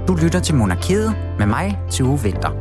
Du lytter til Monarkiet med mig, Tue Winther.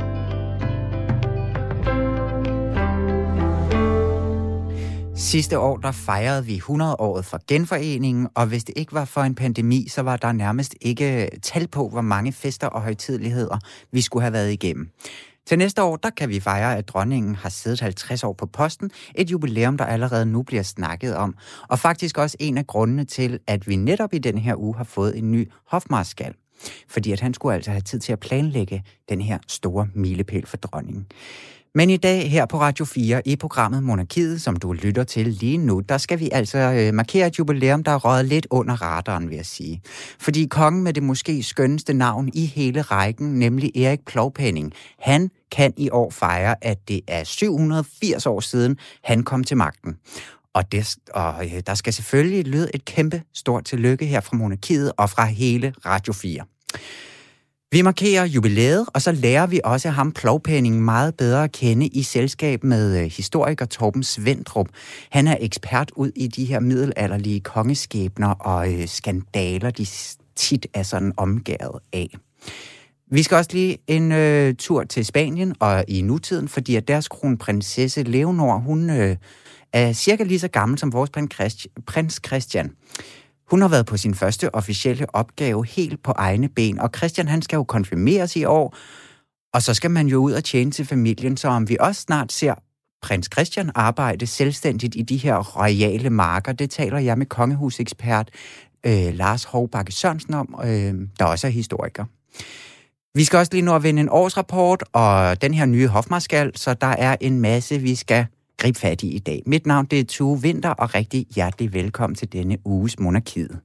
Sidste år, der fejrede vi 100-året for genforeningen, og hvis det ikke var for en pandemi, så var der nærmest ikke tal på, hvor mange fester og højtideligheder vi skulle have været igennem. Til næste år, der kan vi fejre, at dronningen har siddet 50 år på posten, et jubilæum, der allerede nu bliver snakket om, og faktisk også en af grundene til, at vi netop i denne her uge har fået en ny hofmarskal. Fordi at han skulle altså have tid til at planlægge den her store milepæl for dronningen. Men i dag her på Radio 4 i programmet Monarkiet, som du lytter til lige nu, der skal vi altså markere et jubilæum, der er røget lidt under radaren, vil jeg sige. Fordi kongen med det måske skønneste navn i hele rækken, nemlig Erik Plovpenning, han kan i år fejre, at det er 780 år siden, han kom til magten. Og der skal selvfølgelig lyde et kæmpe stort tillykke her fra Monarkiet og fra hele Radio 4. Vi markerer jubilæet, og så lærer vi også ham Plovpenning meget bedre at kende i selskab med historiker Torben Svendrup. Han er ekspert ud i de her middelalderlige kongeskæbner og skandaler, de tit er sådan omgærdet af. Vi skal også lige en tur til Spanien og i nutiden, fordi at deres kronprinsesse Leonor, hun er cirka lige så gammel som vores prins Christian. Hun har været på sin første officielle opgave helt på egne ben, og Christian han skal jo konfirmeres i år, og så skal man jo ud og tjene til familien, så om vi også snart ser prins Christian arbejde selvstændigt i de her royale marker, det taler jeg med kongehusekspert Lars Hovbakke Sørensen om, der også er historiker. Vi skal også lige nå at vinde en årsrapport, og den her nye hofmarskal, så der er en masse, vi skal grib fat i dag. Mit navn det er Tue Winther, og rigtig hjertelig velkommen til denne uges Monarkiet.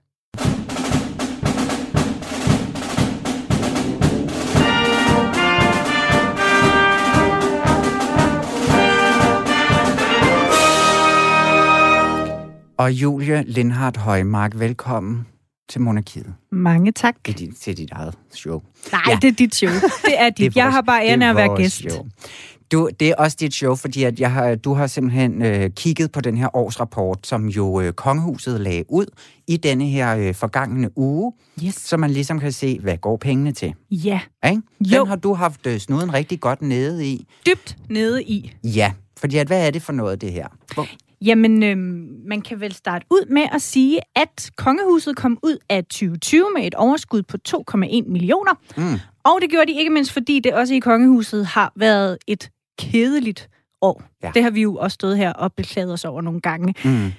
Og Julie Lindhardt Højmark, velkommen til Monarkiet. Mange tak. Til dit eget show. Nej, ja. Det er dit show. Det er dit. Jeg har bare æren af at være gæst. Show. Det er også dit show, fordi at du har simpelthen kigget på den her årsrapport, som jo kongehuset lagde ud i denne her forgangne uge, yes. Så man ligesom kan se, hvad går pengene til. Ja. Den har du haft snuden rigtig godt nede i. Dybt nede i. Ja, fordi hvad er det for noget, det her? Jamen, man kan vel starte ud med at sige, at kongehuset kom ud af 2020 med et overskud på 2,1 millioner. Og det gjorde de ikke mindst, fordi det også i kongehuset har været et kedeligt år. Ja. Det har vi jo også stået her og beklaget os over nogle gange.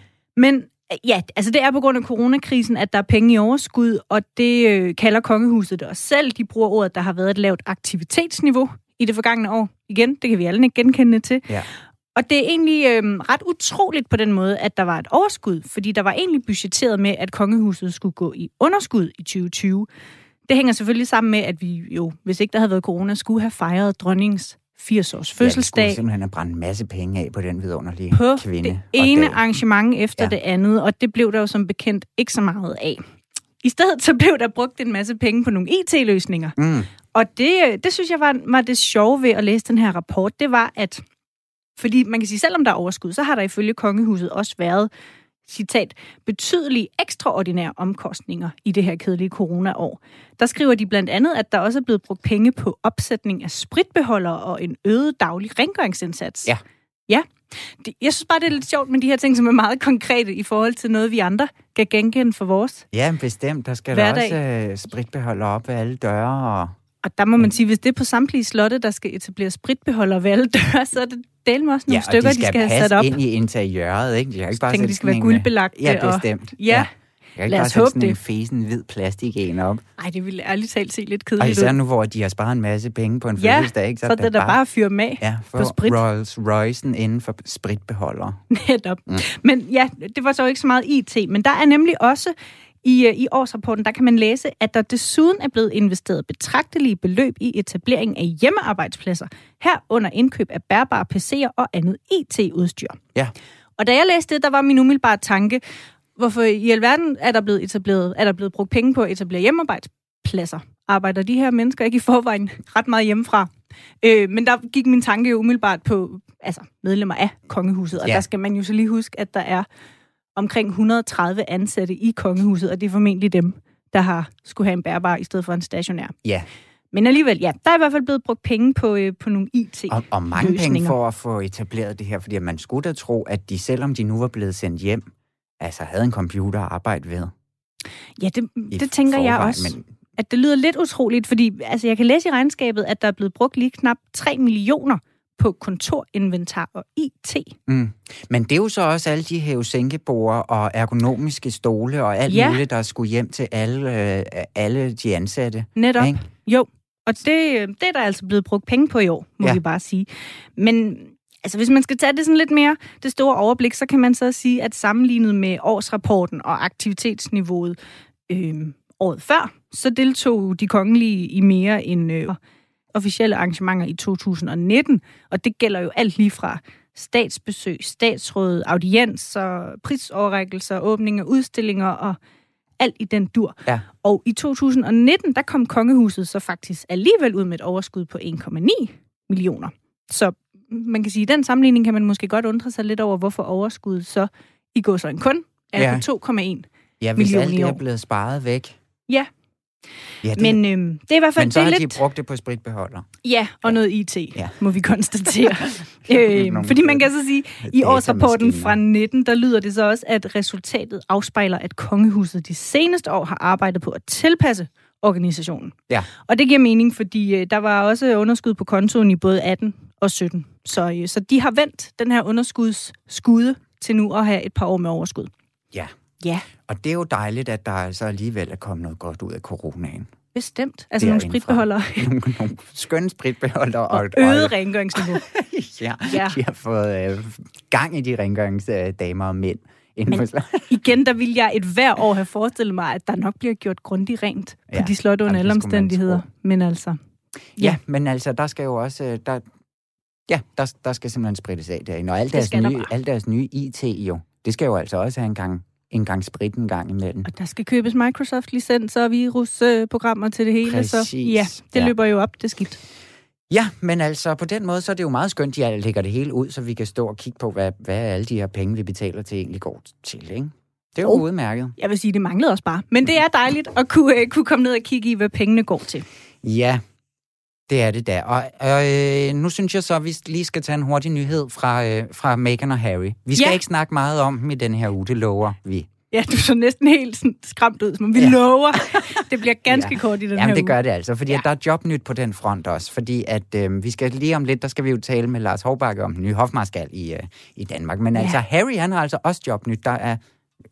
Men ja, altså det er på grund af coronakrisen, at der er penge i overskud, og det kalder kongehuset det også selv. De bruger ordet, der har været et lavt aktivitetsniveau i det forgangne år. Igen, det kan vi alle ikke genkende til. Ja. Og det er egentlig ret utroligt på den måde, at der var et overskud, fordi der var egentlig budgetteret med, at kongehuset skulle gå i underskud i 2020. Det hænger selvfølgelig sammen med, at vi jo, hvis ikke der havde været corona, skulle have fejret dronningens 80-års fødselsdag. Ja, vi skulle simpelthen have brændt en masse penge af på den vidunderlige kvinde. På det ene arrangement efter det andet, og det blev der jo som bekendt ikke så meget af. I stedet så blev der brugt en masse penge på nogle IT-løsninger. Og det synes jeg var det sjove ved at læse den her rapport, det var, at fordi man kan sige, selvom der er overskud, så har der ifølge kongehuset også været, citat, betydelige ekstraordinære omkostninger i det her kedelige coronaår. Der skriver de blandt andet, at der også er blevet brugt penge på opsætning af spritbeholdere og en øget daglig rengøringsindsats. Ja. Jeg synes bare, det er lidt sjovt med de her ting, som er meget konkrete i forhold til noget, vi andre kan genkende for vores Ja, bestemt. Der skal der også spritbeholdere op ved alle døre. Og der må man sige, hvis det er på samtlige slotte, der skal etablere spritbeholdere ved alle døre, så er det delt med også nogle stykker, de skal have sat op. Ja, og de skal passe ind i interiøret, ikke? Jeg ikke bare tænker, de skal være guldbelagte. Ja, bestemt. Ja. Jeg kan ikke bare sætte sådan en fesen hvid plastik op. Nej, det ville ærligt talt se lidt kedeligt ud. Og især nu, hvor de har sparet en masse penge på en fødselsdag, ikke? Så det er der bare at fyre med på sprit. Rolls Royce'en inden for spritbeholdere. Netop. Men ja, det var så ikke så meget IT, men der er nemlig også i årsrapporten, der kan man læse, at der desuden er blevet investeret betragtelige beløb i etablering af hjemmearbejdspladser, herunder indkøb af bærbare PC'er og andet IT-udstyr. Ja. Og da jeg læste det, der var min umiddelbare tanke, hvorfor i alverden er der blevet brugt penge på at etablere hjemmearbejdspladser? Arbejder de her mennesker ikke i forvejen ret meget hjemmefra? Men der gik min tanke jo umiddelbart på medlemmer af kongehuset, og der skal man jo så lige huske, at der er omkring 130 ansatte i kongehuset, og det er formentlig dem, der har skulle have en bærbar i stedet for en stationær. Ja. Men alligevel, ja, der er i hvert fald blevet brugt penge på nogle IT-løsninger. Og mange penge for at få etableret det her, fordi man skulle da tro, at de, selvom de nu var blevet sendt hjem, altså havde en computer at arbejde ved. Ja, det tænker jeg også. Men at det lyder lidt utroligt, fordi altså, jeg kan læse i regnskabet, at der er blevet brugt lige knap 3 millioner på kontorinventar og IT. Men det er jo så også alle de hæve-sænkeborde og ergonomiske stole og alt muligt, der skulle hjem til alle de ansatte. Netop. Ikke? Jo, og det er der altså blevet brugt penge på i år, må vi bare sige. Men altså, hvis man skal tage det sådan lidt mere, det store overblik, så kan man så sige, at sammenlignet med årsrapporten og aktivitetsniveauet året før, så deltog de kongelige i mere end officielle arrangementer i 2019, og det gælder jo alt lige fra statsbesøg, statsråd, audienser, prisoverrækkelser, åbning af udstillinger og alt i den dur. Ja. Og i 2019, der kom kongehuset så faktisk alligevel ud med et overskud på 1,9 millioner. Så man kan sige, at i den sammenligning kan man måske godt undre sig lidt over, hvorfor overskuddet så i går så kun er på 2,1 millioner. Ja, hvis alt det er blevet sparet væk. Ja. Men det er i hvert fald... Men så har de brugt det på spritbeholder. Ja, og noget IT, må vi konstatere. Fordi man kan så sige, i årsrapporten fra 19, der lyder det så også, at resultatet afspejler, at kongehuset de seneste år har arbejdet på at tilpasse organisationen. Ja. Og det giver mening, fordi der var også underskud på kontoen i både 18 og 17. Så de har vendt den her underskudsskude til nu at have et par år med overskud. Ja. Ja. Og det er jo dejligt, at der altså alligevel er kommet noget godt ud af coronaen. Bestemt. Altså nogle spritbeholdere. Nogle skønne spritbeholdere. Og øget rengøringsniveau. Ja, de har fået gang i de rengøringsdamer og mænd. Men igen, der vil jeg et år have forestillet mig, at der nok bliver gjort grundigt rent på de slotte under alle omstændigheder. Men altså... Ja, men altså, der skal jo også... Der skal simpelthen sprittes af derinde. Og alt deres nye IT jo, det skal jo altså også have en gang sprit en gang imellem. Og der skal købes Microsoft-licenser og virusprogrammer til det hele. Præcis. Så ja, det løber jo op, det skidt. Ja, men altså på den måde, så er det jo meget skønt, at jeg lægger det hele ud, så vi kan stå og kigge på, hvad alle de her penge, vi betaler til, egentlig går til, ikke? Det er jo udmærket. Jeg vil sige, det manglede også bare. Men det er dejligt at kunne komme ned og kigge i, hvad pengene går til. Ja, det er det der. Og nu synes jeg så, at vi lige skal tage en hurtig nyhed fra Meghan og Harry. Vi skal ikke snakke meget om dem i den her uge, det lover vi. Ja, du så næsten helt sådan skræmt ud, som vi lover. Det bliver ganske kort i den her uge. Det gør det altså, fordi at der er jobnyt på den front også. Fordi at vi skal lige om lidt, der skal vi jo tale med Lars Hovbakke om den nye hofmarskal i Danmark. Men altså, Harry, han har altså også jobnyt, der er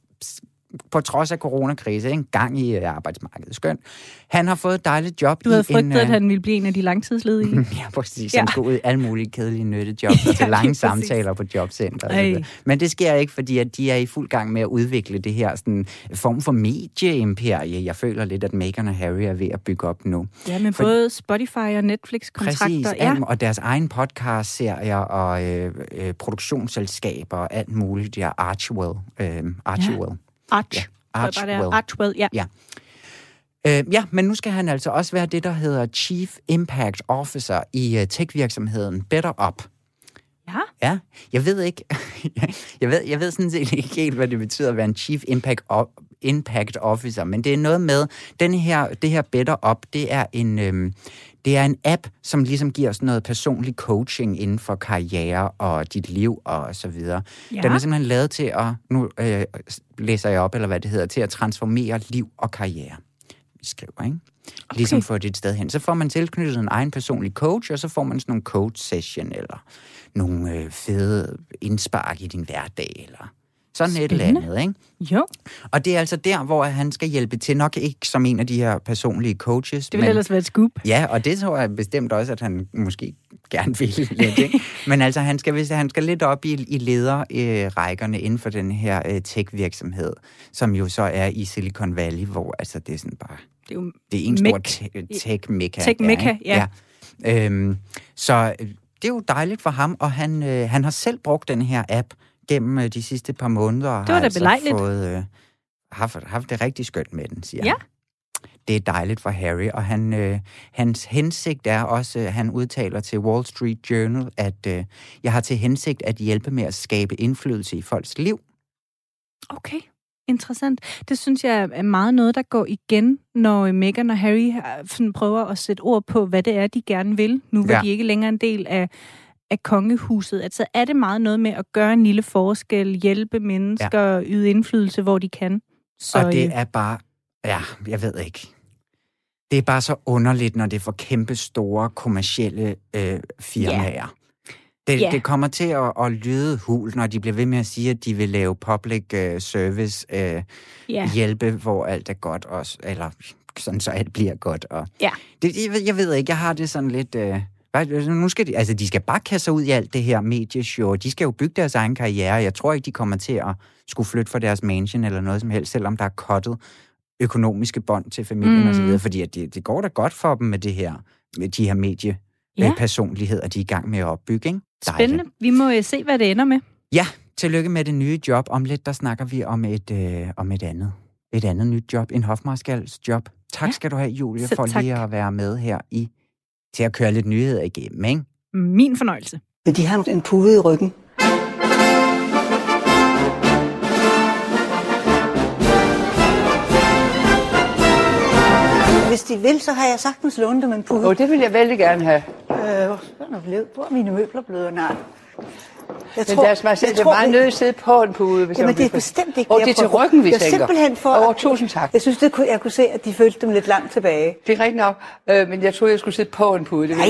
på trods af coronakrise, en gang i arbejdsmarkedet. Skønt. Han har fået et dejligt job. Du havde frygtet, at han ville blive en af de langtidsledige. Ja, præcis. Han skulle ud i alle mulige kedelige nyttejobs og til lange samtaler på jobcenter. Men det sker ikke, fordi at de er i fuld gang med at udvikle det her sådan, form for medieimperie. Jeg føler lidt, at Meghan og Harry er ved at bygge op nu. Ja, med både Spotify og Netflix-kontrakter. Præcis, og deres egen podcast-serier og produktionsselskaber og alt muligt. De er Archewell. Archewell. Ja, men nu skal han altså også være det, der hedder Chief Impact Officer i tech-virksomheden BetterUp. Ja, jeg ved ikke. jeg ved sådan set ikke helt, hvad det betyder at være en Chief Impact Officer, men det er noget med det her BetterUp, det er en app, som ligesom giver sådan noget personlig coaching inden for karriere og dit liv og så videre. Ja. Den er simpelthen lavet til at, nu læser jeg op, eller hvad det hedder, til at transformere liv og karriere. Vi skriver, ikke? Okay. Ligesom få det et sted hen. Så får man tilknyttet en egen personlig coach, og så får man sådan nogle coach-session, eller nogle fede indspark i din hverdag, eller sådan et eller andet, ikke? Jo. Og det er altså der, hvor han skal hjælpe til, nok ikke som en af de her personlige coaches. Det vil ellers være et scoop. Ja, og det tror jeg bestemt også, at han måske gerne vil lidt, ikke? Men altså, han skal lidt op i lederrækkerne inden for den her tech-virksomhed, som jo så er i Silicon Valley, hvor altså det er sådan bare... Det er en stor tech-mekka. Tech-mekka, ja. Så det er jo dejligt for ham, og han har selv brugt den her app gennem de sidste par måneder. Det var da belejligt. Haft det rigtig skønt med den, siger han. Det er dejligt for Harry, og hans hensigt er også, han udtaler til Wall Street Journal, at jeg har til hensigt at hjælpe med at skabe indflydelse i folks liv. Okay. interessant. Det synes jeg er meget noget, der går igen, når Meghan og Harry prøver at sætte ord på, hvad det er, de gerne vil, nu hvor de ikke længere er en del af kongehuset. Altså er det meget noget med at gøre en lille forskel, hjælpe mennesker, yde indflydelse, hvor de kan. Så, og det er bare, jeg ved ikke. Det er bare så underligt, når det er for kæmpe store kommercielle firmaer. Det kommer til at lyde hult, når de bliver ved med at sige, at de vil lave public service hjælpe, hvor alt er godt også, eller sådan så alt bliver godt. Og jeg ved ikke, jeg har det sådan lidt. Nu skal de skal bare kaste sig ud i alt det her medieshow. De skal jo bygge deres egen karriere. Jeg tror ikke, de kommer til at skulle flytte for deres mansion eller noget som helst, selvom der er cuttet økonomiske bånd til familien og så videre, fordi at det går da godt for dem med det her, med de her mediepersonligheder, de er i gang med at opbygge, ikke? Spændende. Vi må se, hvad det ender med. Ja, tillykke med det nye job. Om lidt, der snakker vi om et andet nyt job, en hofmarskals job. Tak skal du have, Julie, for lige at være med her til at køre lidt nyheder igennem, ikke? Min fornøjelse. De har en pude i ryggen. Hvis de vil, så har jeg sagtens lånt dem en pude. Det vil jeg vældig gerne have. Hvor er mine møbler blevet? Nej. Det er meget nødt at sidde på en pude. Hvis jamen, det er bestemt ikke det er til ryggen, vi tænker. Simpelthen for... tusind tak. Jeg synes, jeg kunne se, at de følte dem lidt langt tilbage. Det er rigtigt nok, men jeg troede, jeg skulle sidde på en pude. Nej.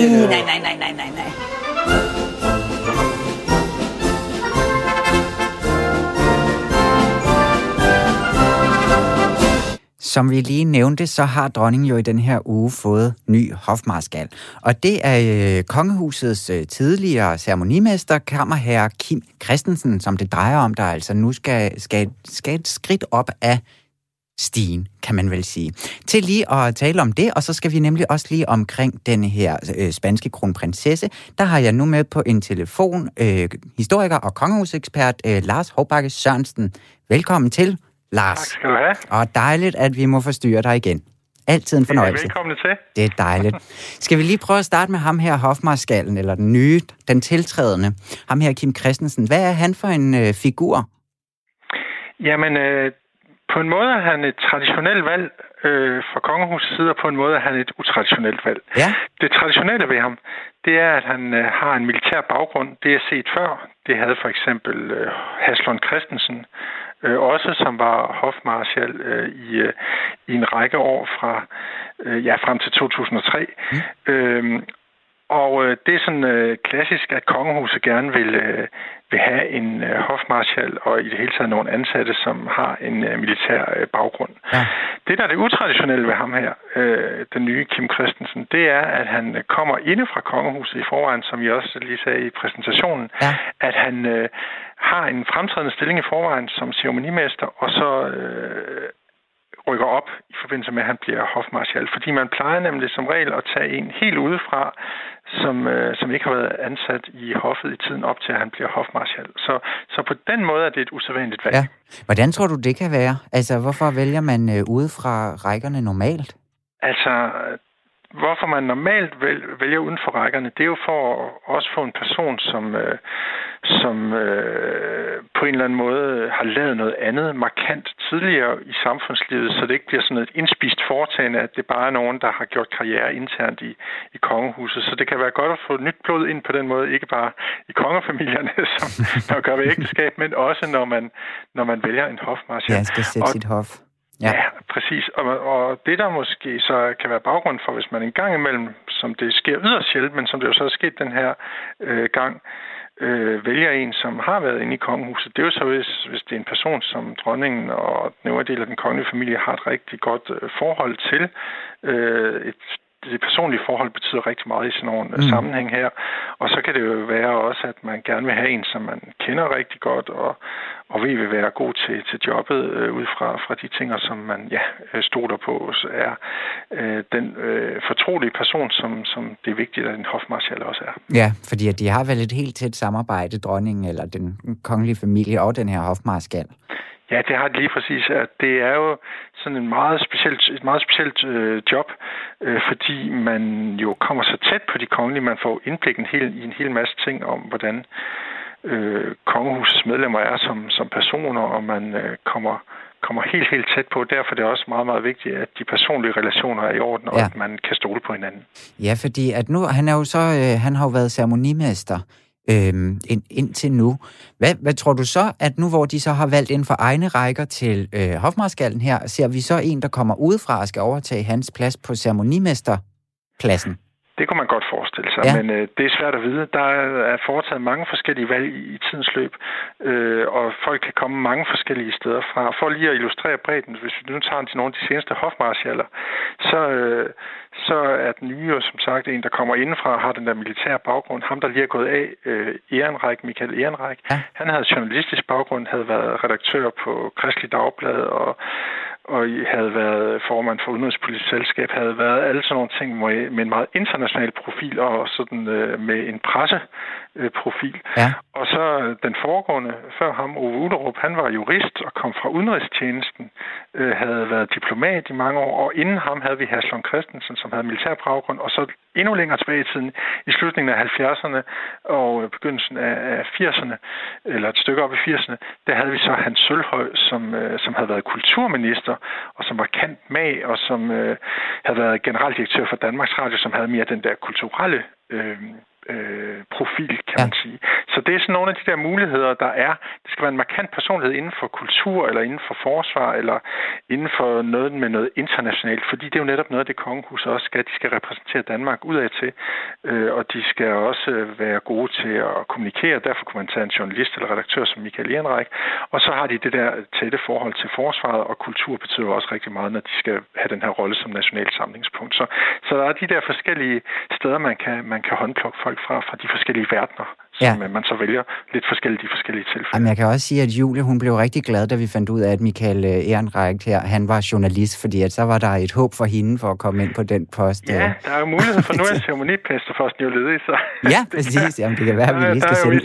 Som vi lige nævnte, så har dronningen jo i den her uge fået ny hofmarskal. Og det er kongehusets tidligere ceremonimester, kammerherre Kim Christensen, som det drejer om, der altså nu skal et skridt op af stigen, kan man vel sige. Til lige at tale om det, og så skal vi nemlig også lige omkring den her spanske kronprinsesse. Der har jeg nu med på en telefon historiker og kongehusekspert Lars Hovbakke Sørensen. Velkommen til, Lars. Tak skal du have. Og dejligt, at vi må forstyrre dig igen. Altid en fornøjelse. Velkommen til. Det er dejligt. Skal vi lige prøve at starte med ham her, hofmarskallen, eller den nye, den tiltrædende. Ham her, Kim Christensen. Hvad er han for en figur? Jamen, på en måde er han et traditionelt valg fra kongehusets side, og på en måde er han et utraditionelt valg. Ja. Det traditionelle ved ham, det er, at han har en militær baggrund. Det er set før. Det havde for eksempel Haslund Christensen, også som var hofmarskal i en række år frem til 2003. Og det er sådan klassisk, at kongehuset gerne vil have en hofmarskal og i det hele taget nogle ansatte, som har en militær baggrund. Ja. Det, der er det utraditionelle ved ham her, den nye Kim Christensen, det er, at han kommer inde fra kongehuset i forvejen, som jeg også lige sagde i præsentationen, at han har en fremtrædende stilling i forvejen som ceremonimester, og så rykker op i forbindelse med, at han bliver hofmarskal. Fordi man plejer nemlig som regel at tage en helt udefra, som ikke har været ansat i hoffet i tiden op til, at han bliver hofmarskal. Så på den måde er det et usædvanligt valg. Ja. Hvordan tror du, det kan være? Altså, hvorfor vælger man ude fra rækkerne normalt? Altså, hvorfor man normalt vælger uden for rækkerne, det er jo for at også få en person, som på en eller anden måde har lavet noget andet markant tidligere i samfundslivet, så det ikke bliver sådan et indspist foretagende, at det bare er nogen, der har gjort karriere internt i kongehuset. Så det kan være godt at få nyt blod ind på den måde, ikke bare i kongefamilierne, som man gør ved ægteskab, men også når man vælger en hofmarskal. Ja, skal sætte sit hof. Ja, præcis. Og det, der måske så kan være baggrund for, hvis man en gang imellem, som det sker yderst sjældent, men som det jo så er sket den her gang, vælger en, som har været inde i kongehuset. Det er jo så, hvis det er en person, som dronningen og den øvrige del af den kongelige familie har et rigtig godt forhold til. Det personlige forhold betyder rigtig meget i sådan nogle sammenhæng her. Og så kan det jo være også, at man gerne vil have en, som man kender rigtig godt, og vil være god til jobbet ud fra de ting, som man stoler på, så er den fortrolige person, som det er vigtigt, at en hofmarskal også er. Ja, fordi at de har vel et helt tæt samarbejde, dronningen eller den kongelige familie og den her hofmarskal. Ja, det har det lige præcis. At det er jo sådan et meget specielt job, fordi man jo kommer så tæt på de kongelige. Man får indblik i en hel masse ting om, hvordan kongehusets medlemmer er som personer, og man kommer kommer helt tæt på. Derfor er det også meget, meget vigtigt, at de personlige relationer er i orden, og at man kan stole på hinanden. Ja, fordi at nu, han er jo så, han har jo været ceremonimester indtil nu. Hvad tror du så, at nu hvor de så har valgt inden for egne rækker til hofmarskalken her, ser vi så en, der kommer udefra og skal overtage hans plads på ceremonimesterpladsen? Det kunne man godt forestille sig, men det er svært at vide. Der er foretaget mange forskellige valg i tidens løb, og folk kan komme mange forskellige steder fra. For lige at illustrere bredden, hvis vi nu tager til nogle af de seneste hofmarschaller, så er den nye jo som sagt en, der kommer indenfra og har den der militære baggrund. Ham, der lige er gået af, Ehrenreich, Michael Ehrenreich, han havde journalistisk baggrund, havde været redaktør på Kristelig Dagblad og havde været formand for Udenrigspolitisk Selskab, havde været alle sådan nogle ting med en meget international profil og sådan med en presseprofil. Ja. Og så den foregående før ham, Ove Uderup, han var jurist og kom fra udenrigstjenesten, havde været diplomat i mange år, og inden ham havde vi Herslund Christensen, som havde militær baggrund, og så endnu længere tilbage i tiden, i slutningen af 70'erne og begyndelsen af 80'erne, eller et stykke op i 80'erne, der havde vi så Hans Sølvhøj, som havde været kulturminister, og som var kendt mag, og som havde været generaldirektør for Danmarks Radio, som havde mere den der kulturelle profil, kan man sige. Så det er sådan nogle af de der muligheder, der er. Det skal være en markant personlighed inden for kultur, eller inden for forsvar, eller inden for noget med noget internationalt, fordi det er jo netop noget af det kongehus også skal. De skal repræsentere Danmark udad til, og de skal også være gode til at kommunikere. Derfor kunne man tage en journalist eller redaktør som Michael Ehrenreich, og så har de det der tætte forhold til forsvaret, og kultur betyder også rigtig meget, når de skal have den her rolle som nationalt samlingspunkt. Så der er de der forskellige steder, man kan håndplukke folk fra de forskellige verdener, som man så vælger lidt forskellige de forskellige tilfælde. Jamen, jeg kan også sige, at Julie, hun blev rigtig glad, da vi fandt ud af, at Michael Ehrenreich her, han var journalist, fordi at så var der et håb for hende for at komme ind på den post. Ja, der er jo mulighed for nu er ceremonipæsterposten jo ledig, så... Ja, præcis. Jamen, det kan være, at vi lige skal sende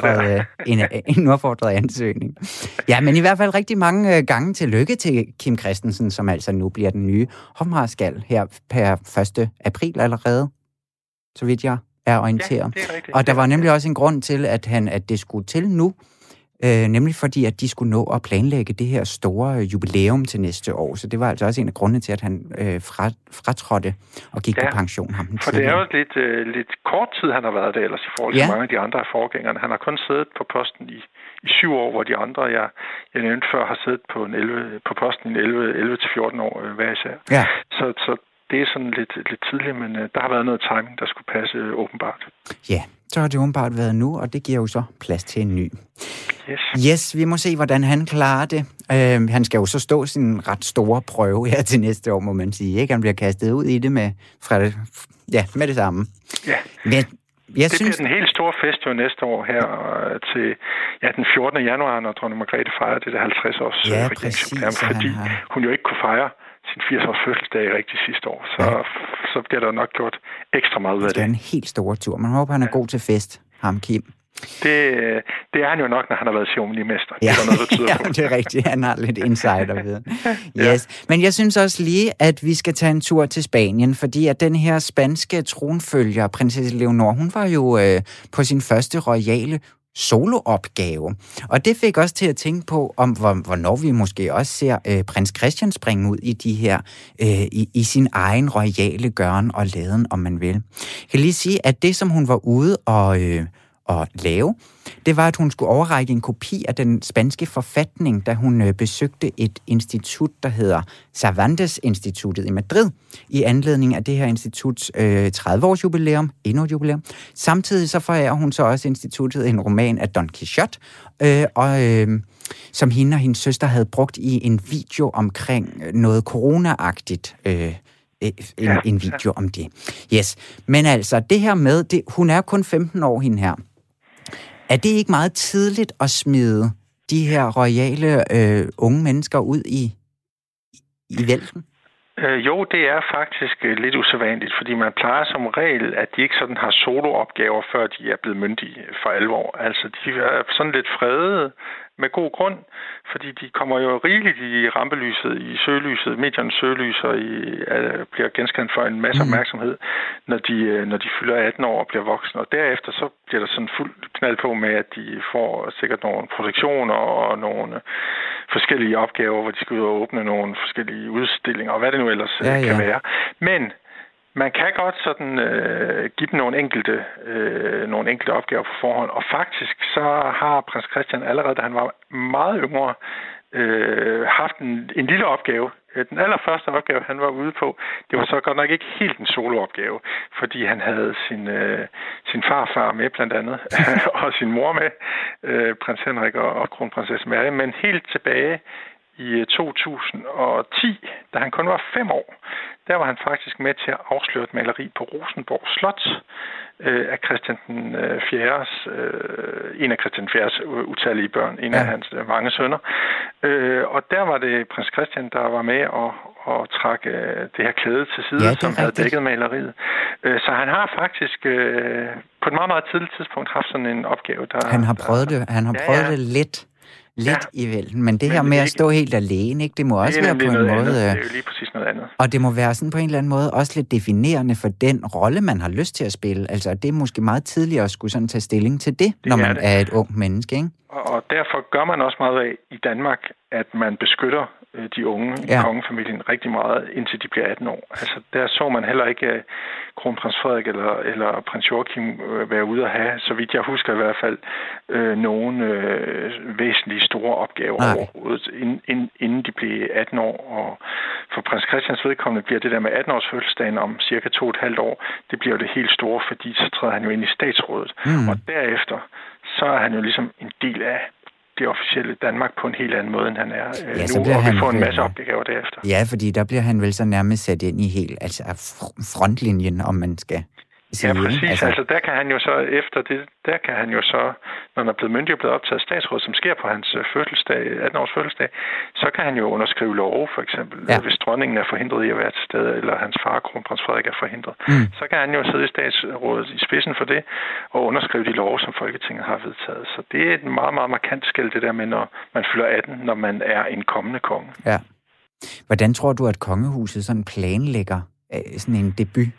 en uopfordret ansøgning. Ja, men i hvert fald rigtig mange gange tillykke til Kim Christensen, som altså nu bliver den nye hofmarskal her per 1. april allerede, så vidt jeg er orienteret. Ja, og der var nemlig også en grund til, at det skulle til nu, nemlig fordi, at de skulle nå at planlægge det her store jubilæum til næste år. Så det var altså også en af grundene til, at han fratrådte og gik på pension. For det er jo lidt kort tid, han har været der, ellers i forhold til mange af de andre forgængerne. Han har kun siddet på posten i 7 år, hvor de andre, jeg nævnte før, har siddet på posten i 11-14 år hver især. Ja. Så det er sådan lidt tidligt, men der har været noget timing, der skulle passe åbenbart. Ja, så har det åbenbart været nu, og det giver jo så plads til en ny. Yes, vi må se, hvordan han klarer det. Han skal jo så stå sin ret store prøve her til næste år, må man sige. Ikke? Han bliver kastet ud i det med det samme. Ja. Men det bliver den helt store fest jo næste år her til den 14. januar, når dronning Margrethe fejrer det der 50 års regeringsjubilæum, fordi hun jo ikke kunne fejre sin 80-års fødselsdag rigtig sidste år, så bliver der nok gjort ekstra meget ud af det. Det er en helt stor tur. Man håber, han er god til fest, ham Kim. Det er han jo nok, når han har været ceremonimester. Ja. Det er noget, der tyder på. Det er rigtigt. Han har lidt insiderviden. Yes. Men jeg synes også lige, at vi skal tage en tur til Spanien, fordi at den her spanske tronfølger, prinsesse Leonor, hun var jo på sin første royale soloopgave. Og det fik os til at tænke på, om hvornår vi måske også ser prins Christian springe ud i de her, i sin egen royale gøren og laden, om man vil. Jeg kan lige sige, at det, som hun var ude og lave, det var, at hun skulle overrække en kopi af den spanske forfatning, da hun besøgte et institut, der hedder Cervantes-instituttet i Madrid, i anledning af det her instituts 30-års jubilæum, endnu et jubilæum. Samtidig så forærer hun så også instituttet en roman af Don Quixote, som hende og hendes søster havde brugt i en video omkring noget corona-agtigt. En video om det. Yes. Men altså, det her med, hun er kun 15 år, hende her. Er det ikke meget tidligt at smide de her royale unge mennesker ud i vælten? Jo, det er faktisk lidt usædvanligt, fordi man plejer som regel, at de ikke sådan har soloopgaver, før de er blevet myndige for alvor. Altså, de er sådan lidt fredede med god grund, fordi de kommer jo rigeligt i rampelyset, i søgelyset, mediernes søgelys, og bliver genstand for en masse opmærksomhed, når de fylder 18 år og bliver voksne. Og derefter så bliver der sådan fuld knald på med, at de får sikkert nogle protektioner og nogle forskellige opgaver, hvor de skal ud og åbne nogle forskellige udstillinger, og hvad det nu ellers kan være. Men man kan godt sådan give dem nogle enkelte opgaver på forhånd, og faktisk så har prins Christian allerede, da han var meget yngre, haft en lille opgave. Den allerførste opgave, han var ude på, det var så godt nok ikke helt en soloopgave, fordi han havde sin farfar med blandt andet, og sin mor med, prins Henrik og kronprinsesse Mary, men helt tilbage i 2010, da han kun var 5 år, der var han faktisk med til at afsløre et maleri på Rosenborg Slot af Christian den 4's, en af Christian den 4's utallige børn, en af hans mange sønner. Og der var det prins Christian, der var med og trække det her klæde til side, som havde dækket maleriet. Så han har faktisk på et meget, meget tidligt tidspunkt haft sådan en opgave. Han har prøvet det lidt i vælten, men det her med at stå helt alene, ikke? Det må også være på en måde... Det er jo lige præcis noget andet. Og det må være sådan på en eller anden måde også lidt definerende for den rolle, man har lyst til at spille. Altså, det er måske meget tidligere at skulle sådan tage stilling til det, når man er et ung menneske, ikke? Og derfor gør man også meget af i Danmark, at man beskytter de unge i kongefamilien rigtig meget, indtil de bliver 18 år. Altså, der så man heller ikke kronprins Frederik eller prins Joachim være ude at have, så vidt jeg husker i hvert fald, nogle væsentlige store opgaver overhovedet, inden de blev 18 år. Og for prins Christians vedkommende bliver det der med 18-års fødselsdagen om cirka 2,5 år, det bliver jo det helt store, fordi så træder han jo ind i statsrådet. Og derefter, så er han jo ligesom en del af det officielle Danmark på en helt anden måde, end han er nu, og vi får en masse opgaver derefter. Ja, fordi der bliver han vel så nærmest sat ind i helt frontlinjen, om man skal sige. Ja, præcis. Altså, der kan han jo så efter det, når han er blevet myndig og blevet optaget statsråd, som sker på hans fødselsdag, 18-års fødselsdag, så kan han jo underskrive love, for eksempel, hvis dronningen er forhindret i at være til stede, eller hans far, kronprins Frederik, er forhindret. Så kan han jo sidde i statsrådet i spidsen for det, og underskrive de love, som Folketinget har vedtaget. Så det er et meget, meget markant skel, det der med, når man fylder 18, når man er en kommende konge. Ja. Hvordan tror du, at kongehuset sådan planlægger sådan en debut,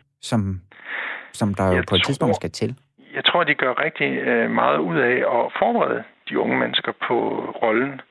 som der jo på et tidspunkt skal til? Jeg tror, de gør rigtig meget ud af at forberede de unge mennesker på rollen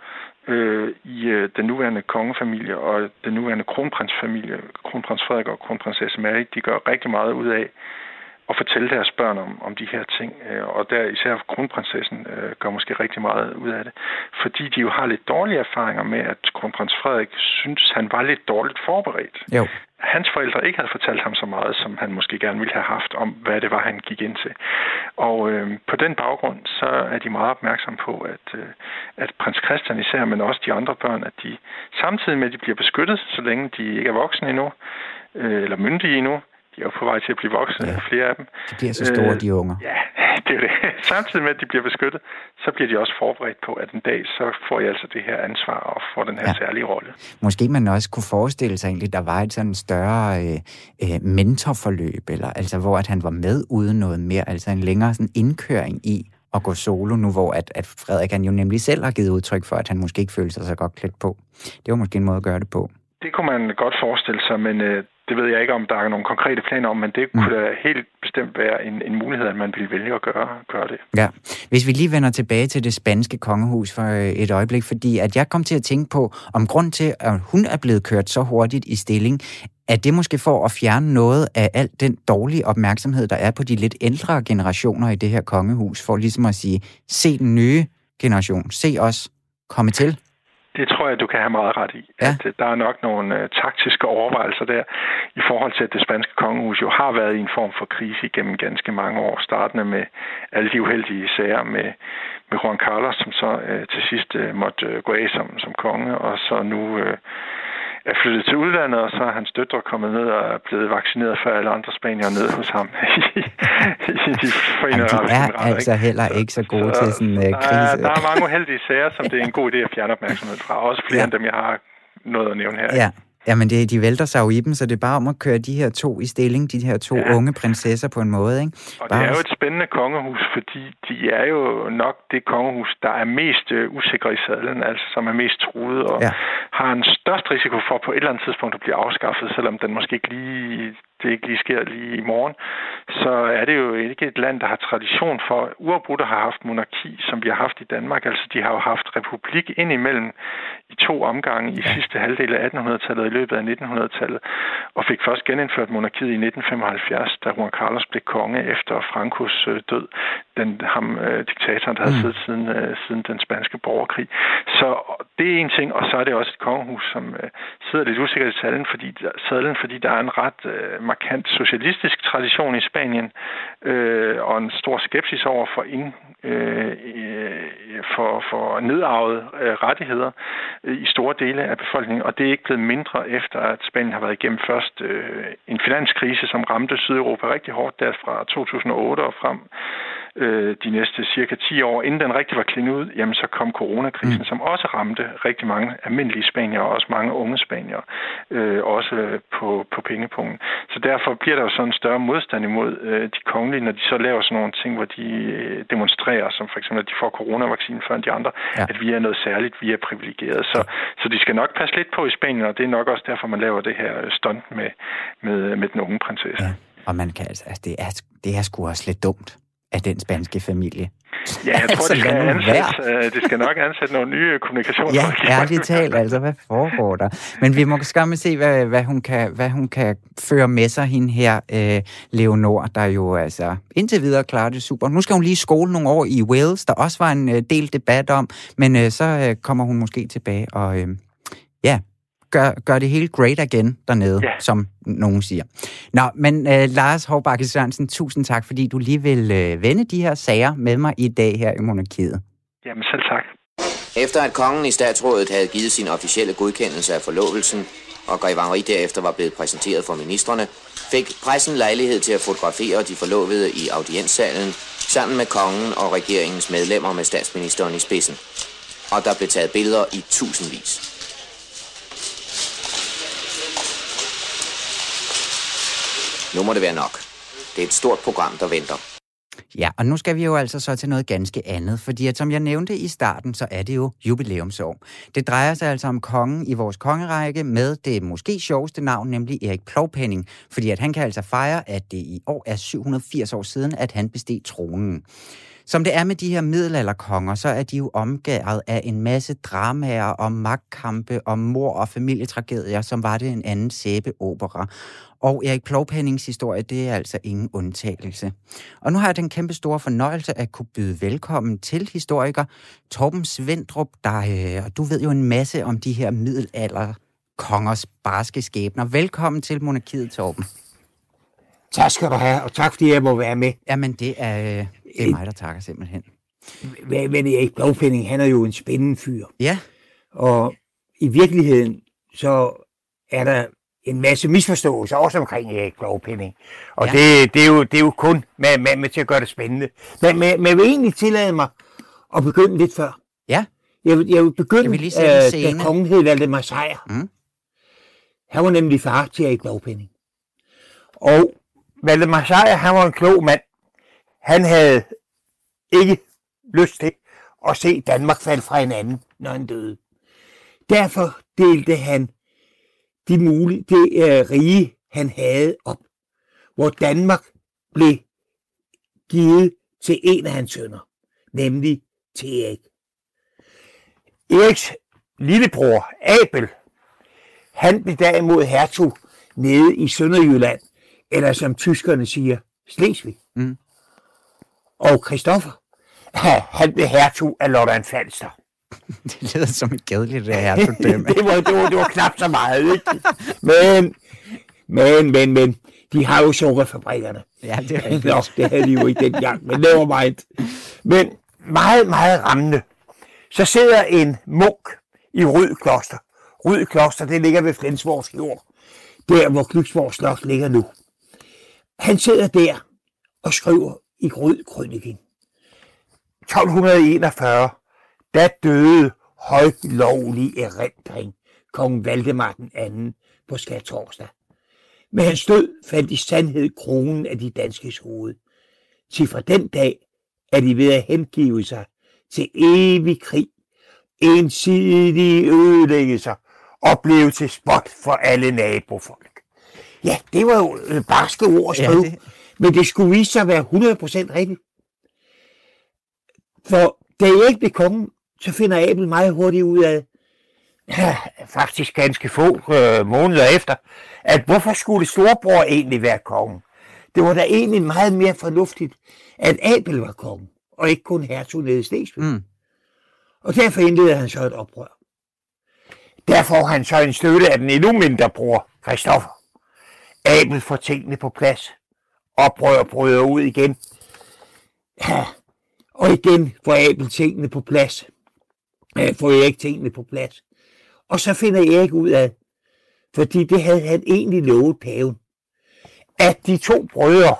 i den nuværende kongefamilie og den nuværende kronprinsfamilie, kronprins Frederik og kronprinsesse Mary. De gør rigtig meget ud af at fortælle deres børn om de her ting. Og der især kronprinsessen gør måske rigtig meget ud af det. Fordi de jo har lidt dårlige erfaringer med, at kronprins Frederik synes, han var lidt dårligt forberedt. Jo. Hans forældre ikke havde fortalt ham så meget, som han måske gerne ville have haft om, hvad det var, han gik ind til. Og på den baggrund, så er de meget opmærksomme på, at prins Christian især, men også de andre børn, at de samtidig med, at de bliver beskyttet, så længe de ikke er voksne endnu, eller myndige endnu, de er jo på vej til at blive voksne, flere af dem. De bliver så store, de unger. Ja, det er det. Samtidig med, at de bliver beskyttet, så bliver de også forberedt på, at en dag, så får I altså det her ansvar og får den her særlige rolle. Måske man også kunne forestille sig egentlig, at der var et sådan større mentorforløb, eller altså hvor at han var med uden noget mere, altså en længere sådan indkøring i at gå solo nu, hvor at Frederik han jo nemlig selv har givet udtryk for, at han måske ikke følte sig så godt klædt på. Det var måske en måde at gøre det på. Det kunne man godt forestille sig, men det ved jeg ikke, om der er nogle konkrete planer om, men det kunne da helt bestemt være en mulighed, at man ville vælge at gøre det. Ja. Hvis vi lige vender tilbage til det spanske kongehus for et øjeblik, fordi at jeg kom til at tænke på, om grund til, at hun er blevet kørt så hurtigt i stilling, at det måske for at fjerne noget af alt den dårlige opmærksomhed, der er på de lidt ældre generationer i det her kongehus, for ligesom at sige, se den nye generation, se os komme til. Det tror jeg, du kan have meget ret i. Ja. At der er nok nogle taktiske overvejelser der, i forhold til, at det spanske kongehus jo har været i en form for krise igennem ganske mange år, startende med alle de uheldige sager med Juan Carlos, som så til sidst måtte gå af som konge, og så nu er flyttet til udlandet, og så er hans døtre kommet ned og er blevet vaccineret før alle andre spaniere nede hos ham i de forenede arabiske emirater. De er altså heller ikke så gode til sådan en krise. Der er mange uheldige sager, som det er en god idé at fjerne opmærksomhed fra. Også flere end dem, jeg har noget at nævne her. Ja. Jamen, de vælter sig jo i dem, så det er bare om at køre de her to i stilling, de her to unge prinsesser på en måde, ikke? Og det er jo et spændende kongehus, fordi de er jo nok det kongehus, der er mest usikre i sadlen, altså som er mest truet og har en størst risiko for på et eller andet tidspunkt at blive afskaffet, selvom den måske ikke lige sker lige i morgen, så er det jo ikke et land, der har tradition for uafbrudt at have haft monarki, som vi har haft i Danmark. Altså, de har jo haft republik indimellem i 2 omgange i sidste halvdel af 1800-tallet og i løbet af 1900-tallet, og fik først genindført monarkiet i 1975, da Juan Carlos blev konge efter Francos død. Diktatoren, der havde siddet siden den spanske borgerkrig. Så det er en ting, og så er det også et kongehus, som sidder lidt usikkert i sadlen, fordi der er en ret markant socialistisk tradition i Spanien, og en stor skepsis over for nedarvede rettigheder i store dele af befolkningen, og det er ikke blevet mindre efter, at Spanien har været igennem først en finanskrise, som ramte Sydeuropa rigtig hårdt der fra 2008 og frem de næste cirka 10 år. Inden den rigtig var klinget ud, jamen så kom coronakrisen, som også ramte rigtig mange almindelige spaniere, og også mange unge spaniere, også på pengepunkten. Så derfor bliver der jo sådan en større modstand imod de kongelige, når de så laver sådan nogle ting, hvor de demonstrerer, som for eksempel, at de får coronavaccinen før de andre, at vi er noget særligt, vi er privilegerede. Så de skal nok passe lidt på i Spanien, og det er nok også derfor, man laver det her stunt med den unge prinsesse. Ja. Og man kan altså det er sgu også lidt dumt af den spanske familie. Ja, jeg tror, det skal nok ansætte nogle nye kommunikationer. Ja, ærligt talt, altså, hvad foregår der? Men vi må skam se, hvad hun kan føre med sig, hende her, Leonor, der jo altså indtil videre klarer det super. Nu skal hun lige skole nogle år i Wales, der også var en del debat om, men så kommer hun måske tilbage og gør det hele great again dernede, som nogen siger. Nå, men Lars Hovbakke Sørensen, tusind tak, fordi du lige vil vende de her sager med mig i dag her i Monarkiet. Jamen selv tak. Efter at kongen i statsrådet havde givet sin officielle godkendelse af forlovelsen, og Grev Henri derefter var blevet præsenteret for ministrene, fik pressen lejlighed til at fotografere de forlovede i audienssalen, sammen med kongen og regeringens medlemmer med statsministeren i spidsen. Og der blev taget billeder i tusindvis. Nu må det være nok. Det er et stort program, der venter. Ja, og nu skal vi jo altså så til noget ganske andet, fordi at, som jeg nævnte i starten, så er det jo jubilæumsår. Det drejer sig altså om kongen i vores kongerække med det måske sjoveste navn, nemlig Erik Plovpenning, fordi at han kan altså fejre, at det i år er 780 år siden, at han besteg tronen. Som det er med de her middelalderkonger, så er de jo omgået af en masse dramaer om magtkampe, om mord og familietragedier, som var det en anden sæbeopera. Og Erik Plovpennings historie, det er altså ingen undtagelse. Og nu har jeg den kæmpe store fornøjelse at kunne byde velkommen til historiker Torben Svendrup, og du ved jo en masse om de her middelalderkongers barske skæbner. Velkommen til Monarkiet, Torben. Tak skal du have, og tak fordi jeg må være med. Jamen, det er mig, der takker simpelthen. Men Erik Plovpenning, han er jo en spændende fyr. Ja. Og i virkeligheden, så er der en masse misforståelser, også omkring Erik Plovpenning. Og det er jo kun med til at gøre det spændende. Men jeg vil egentlig tillade mig at begynde lidt før. Ja. Jeg vil begynde, da kongen hed Valdemar Sejr. Han var nemlig far til Erik Plovpenning. Og Valdemar Sejr, han var en klog mand. Han havde ikke lyst til at se Danmark falde fra hinanden, når han døde. Derfor delte han det rige, han havde op, hvor Danmark blev givet til en af hans sønner, nemlig til Erik. Eriks lillebror, Abel, han blev derimod hertug nede i Sønderjylland, eller som tyskerne siger, Slesvig. Og Christoffer, han blev hertug af Lolland-Falster. Det lyder som et gædeligt hertugdømme. det var knap så meget, ikke? Men, de har jo sukkerfabrikkerne. Ja, det er rigtigt. Nå, det havde de jo ikke dengang, men det var meget. Men meget, meget rammende. Så sidder en munk i Ryd Kloster. Ryd Kloster, det ligger ved Flensborgs jord. Der, hvor Glücksborg Slot ligger nu. Han sidder der og skriver i Ryd-krøniken. 1241, der døde højlovlig erindring kong Valdemar den anden på skærtorsdag. Med hans død faldt i sandhed kronen af de danskes hoved. Til fra den dag er de ved at hengive sig til evig krig, ensidige ødelæggelser og blev til spot for alle nabofolk. Ja, det var jo barske ord at skrive, men det skulle vise sig at være 100% rigtigt. For da Erik blev konge, så finder Abel meget hurtigt ud af, faktisk ganske få måneder efter, at hvorfor skulle storebror egentlig være kongen? Det var da egentlig meget mere fornuftigt, at Abel var kongen, og ikke kun hertug nede i Slesvig. Og derfor indleder han så et oprør. Der får han så en støtte af den endnu mindre bror, Christoffer. Abel får tingene på plads. Oprør bryder ud igen. Og igen får Abel tingene på plads. Får Erik tingene på plads. Og så finder Erik ud af, fordi det havde han egentlig lovet paven, at de to brødre,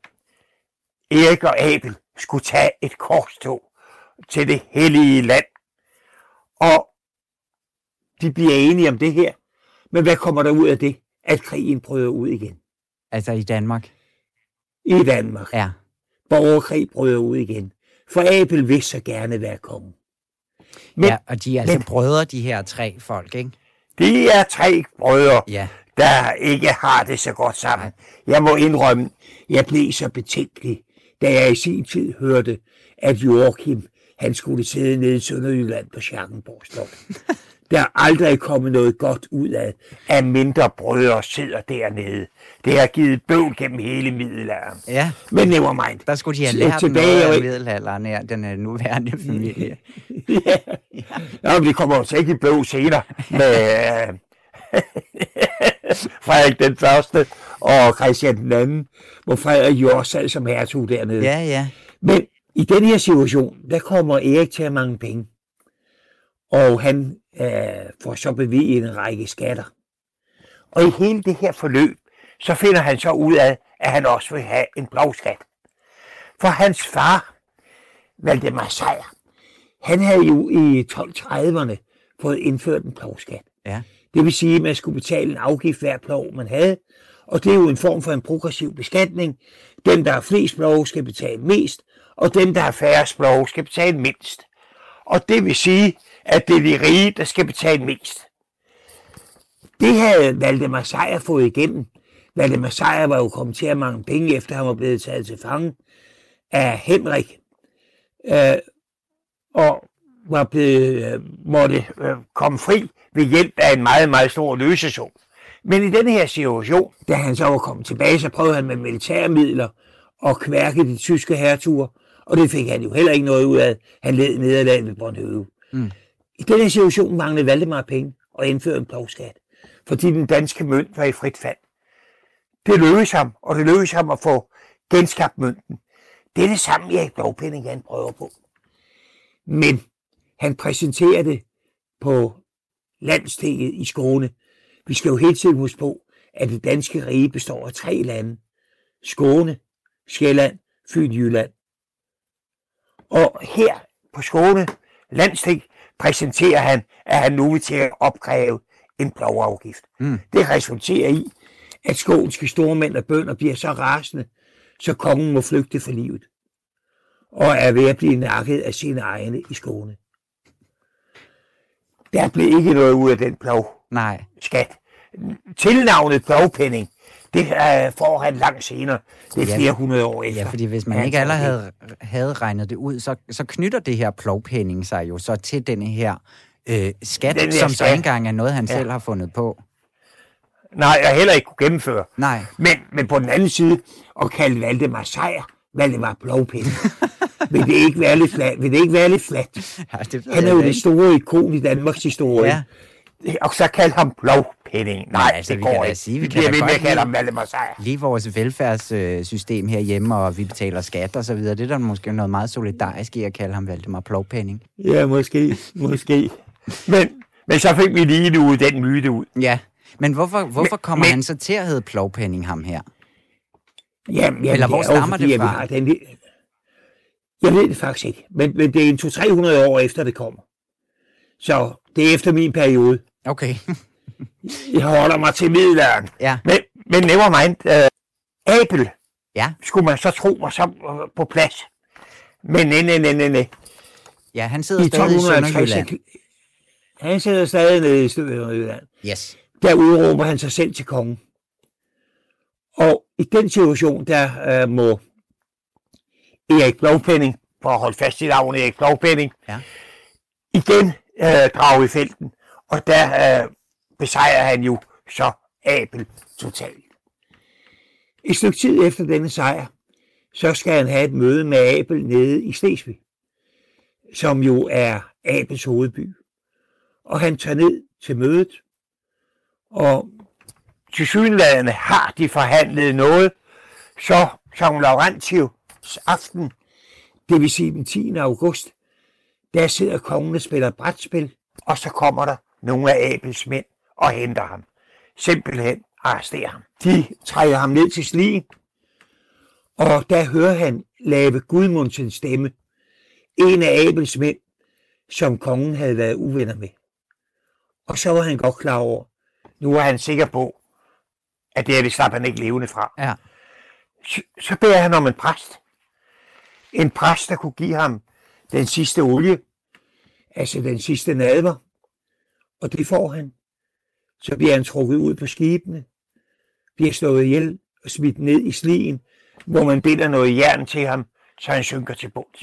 Erik og Abel, skulle tage et korstog til det hellige land. Og de bliver enige om det her. Men hvad kommer der ud af det? At krigen bryder ud igen. Altså i Danmark? I Danmark. Ja. Borgerkrig bryder ud igen. For Abel vil så gerne være konge. Men, ja, og de er altså brødre, de her 3 folk, ikke? De er 3 brødre, ja, der ikke har det så godt sammen. Jeg må indrømme, jeg blev så betænkelig, da jeg i sin tid hørte, at Joachim, han skulle sidde nede i Sønderjylland på Schackenborg Slot. Der er aldrig kommet noget godt ud af, at mindre brødre sidder dernede. Det har givet bøvl gennem hele middelalderen. Ja. Men never mind. Der skulle de have lært noget af middelalderen af den nuværende familie. Ja, men det kommer også ikke i bøvl senere med Frederik den første og Christian den anden, hvor Frederik jo også sad som hertug dernede. Ja, ja. Men i den her situation, der kommer Erik til at mange penge. Og han får så bevilget en række skatter. Og i hele det her forløb, så finder han så ud af, at han også vil have en plovskat. For hans far, Valdemar Sejr, han havde jo i 1230'erne fået indført en plovskat. Ja. Det vil sige, at man skulle betale en afgift hver plov, man havde. Og det er jo en form for en progressiv beskatning. Dem, der har flest plove, skal betale mest, og dem, der har færrest plove, skal betale mindst. Og det vil sige, at det er de rige, der skal betale mest. Det havde Valdemar Sejr fået igennem. Valdemar Sejr var jo kommet til at mange penge, efter han var blevet taget til fange af Henrik, og var blevet, måtte komme fri ved hjælp af en meget, meget stor løsesum. Men i denne her situation, da han så var kommet tilbage, så prøvede han med militærmidler at kværke de tyske hertuger, og det fik han jo heller ikke noget ud af. Han led nederlag ved Bornhøve. I denne situation manglede Valdemar penge og indførte en plovskat, fordi den danske mønt var i frit fald. Det lykkedes ham, og det lykkedes ham at få genskabt mønten. Det er det samme, Erik Plovpenning han prøver på. Men han præsenterer det på landstinget i Skåne. Vi skal jo hele tiden huske på, at det danske rige består af 3 lande. Skåne, Sjælland, Fyn, Jylland. Og her på Skåne landsting præsenterer han, at han nu vil til at opkræve en plovafgift. Det resulterer i, at skånske stormænd og bønder bliver så rasende, så kongen må flygte for livet. Og er ved at blive nakket af sine egne i Skåne. Der blev ikke noget ud af den plovskat. Tilnavnet plovpenning, det får han langt senere. Det er flere hundrede år efter. Ja, fordi hvis man ikke allerede havde regnet det ud, så knytter det her plovpenning sig jo så til denne her skat, som så engang er noget, han selv har fundet på. Nej, jeg heller ikke kunne gennemføre. Nej. Men på den anden side, at kalde Valdemar Sejr, Valdemar Plovpenning, vil det ikke være lidt fladt? Ja, han er jo det store ikon i Danmarks historie. Ja. Og så kalde ham Plovpenning. Nej, altså, det går ikke. Vi kan da kalde ham Valdemar Sejr. Lige vores velfærdssystem herhjemme, og vi betaler skat og så videre. Det er der måske noget meget solidarisk i at kalde ham Valdemar Plovpenning. Ja, måske. Men så fik vi lige nu den myte ud. Ja, men hvorfor kommer han så til at hedde Plovpenning, ham her? Jamen, eller hvor stammer det fra? Jeg ved det faktisk ikke, men det er 200-300 år efter det kommer. Så det er efter min periode. Okay. Jeg holder mig til middelalderen. Ja. Men never mind. Abel, ja, skulle man så tro var så på plads. Men nej. Ja, han sidder stadig i Sønderjylland. Han sidder stadig nede i Sønderjylland. Yes. Der udråber han sig selv til kongen. Og i den situation, der må Erik Plovpenning, for at holde fast i navnet Erik Plovpenning, igen drage i felten Og der besejrer han jo så Abel totalt. Et stykke tid efter denne sejr, så skal han have et møde med Abel nede i Slesvig, som jo er Abels hovedby. Og han tager ned til mødet, og tilsyneladende har de forhandlet noget, så som Laurentius aften, det vil sige den 10. august, der sidder kongen og spiller brætspil, og så kommer der nogle af Abels mænd og henter ham. Simpelthen arresterer ham. De trækker ham ned til Slien, og der hører han Lave Gudmundsens stemme, en af Abels mænd, som kongen havde været uvenner med. Og så var han godt klar over, nu er han sikker på, at det slap han ikke levende fra. Ja. Så beder han om en præst. En præst, der kunne give ham den sidste olie, altså den sidste nadver, og det får han. Så bliver han trukket ud på skibene, bliver slået ihjel og smidt ned i Slien, hvor man binder noget jern til ham, så han synker til bunds.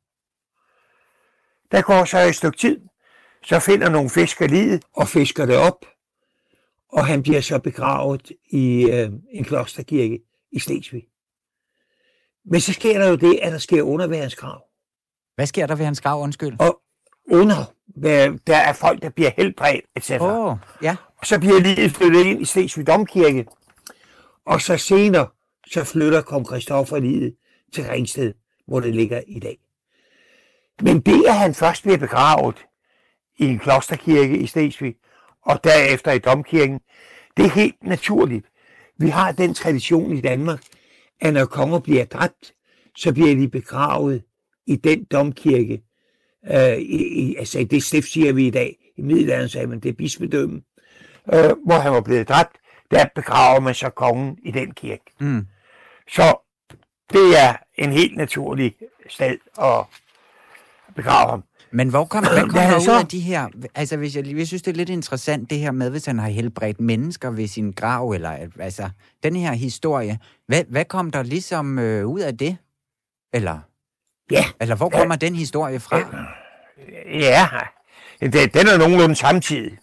Der går så et stykke tid, så finder nogle fiskere liget og fisker det op, og han bliver så begravet i en klosterkirke i Slesvig. Men så sker der jo det, at der sker under ved hans grav. Hvad sker der ved hans grav, undskyld? Og under, der er folk, der bliver helbredt, etc. Ja. Og så bliver liget flyttet ind i Slesvig Domkirke, og så senere, så flytter kong Christoffer liget til Ringsted, hvor det ligger i dag. Men det, at han først bliver begravet i en klosterkirke i Slesvig, og derefter i Domkirken, det er helt naturligt. Vi har den tradition i Danmark, at når konger bliver dræbt, så bliver de begravet i den domkirke. Altså i det stift siger vi i dag, i middelalderen sagde man, det er bispedømmen, hvor han var blevet dræbt, der begraver man så kongen i den kirke. Så det er en helt naturlig sted at begrave ham. Men hvad kommer der ud af de her, altså hvis jeg synes, det er lidt interessant, det her med, hvis han har helbredt mennesker ved sin grav, eller altså, den her historie, hvad kom der ligesom ud af det? Eller hvor kommer den historie fra? Ja, den er nogenlunde samtidig.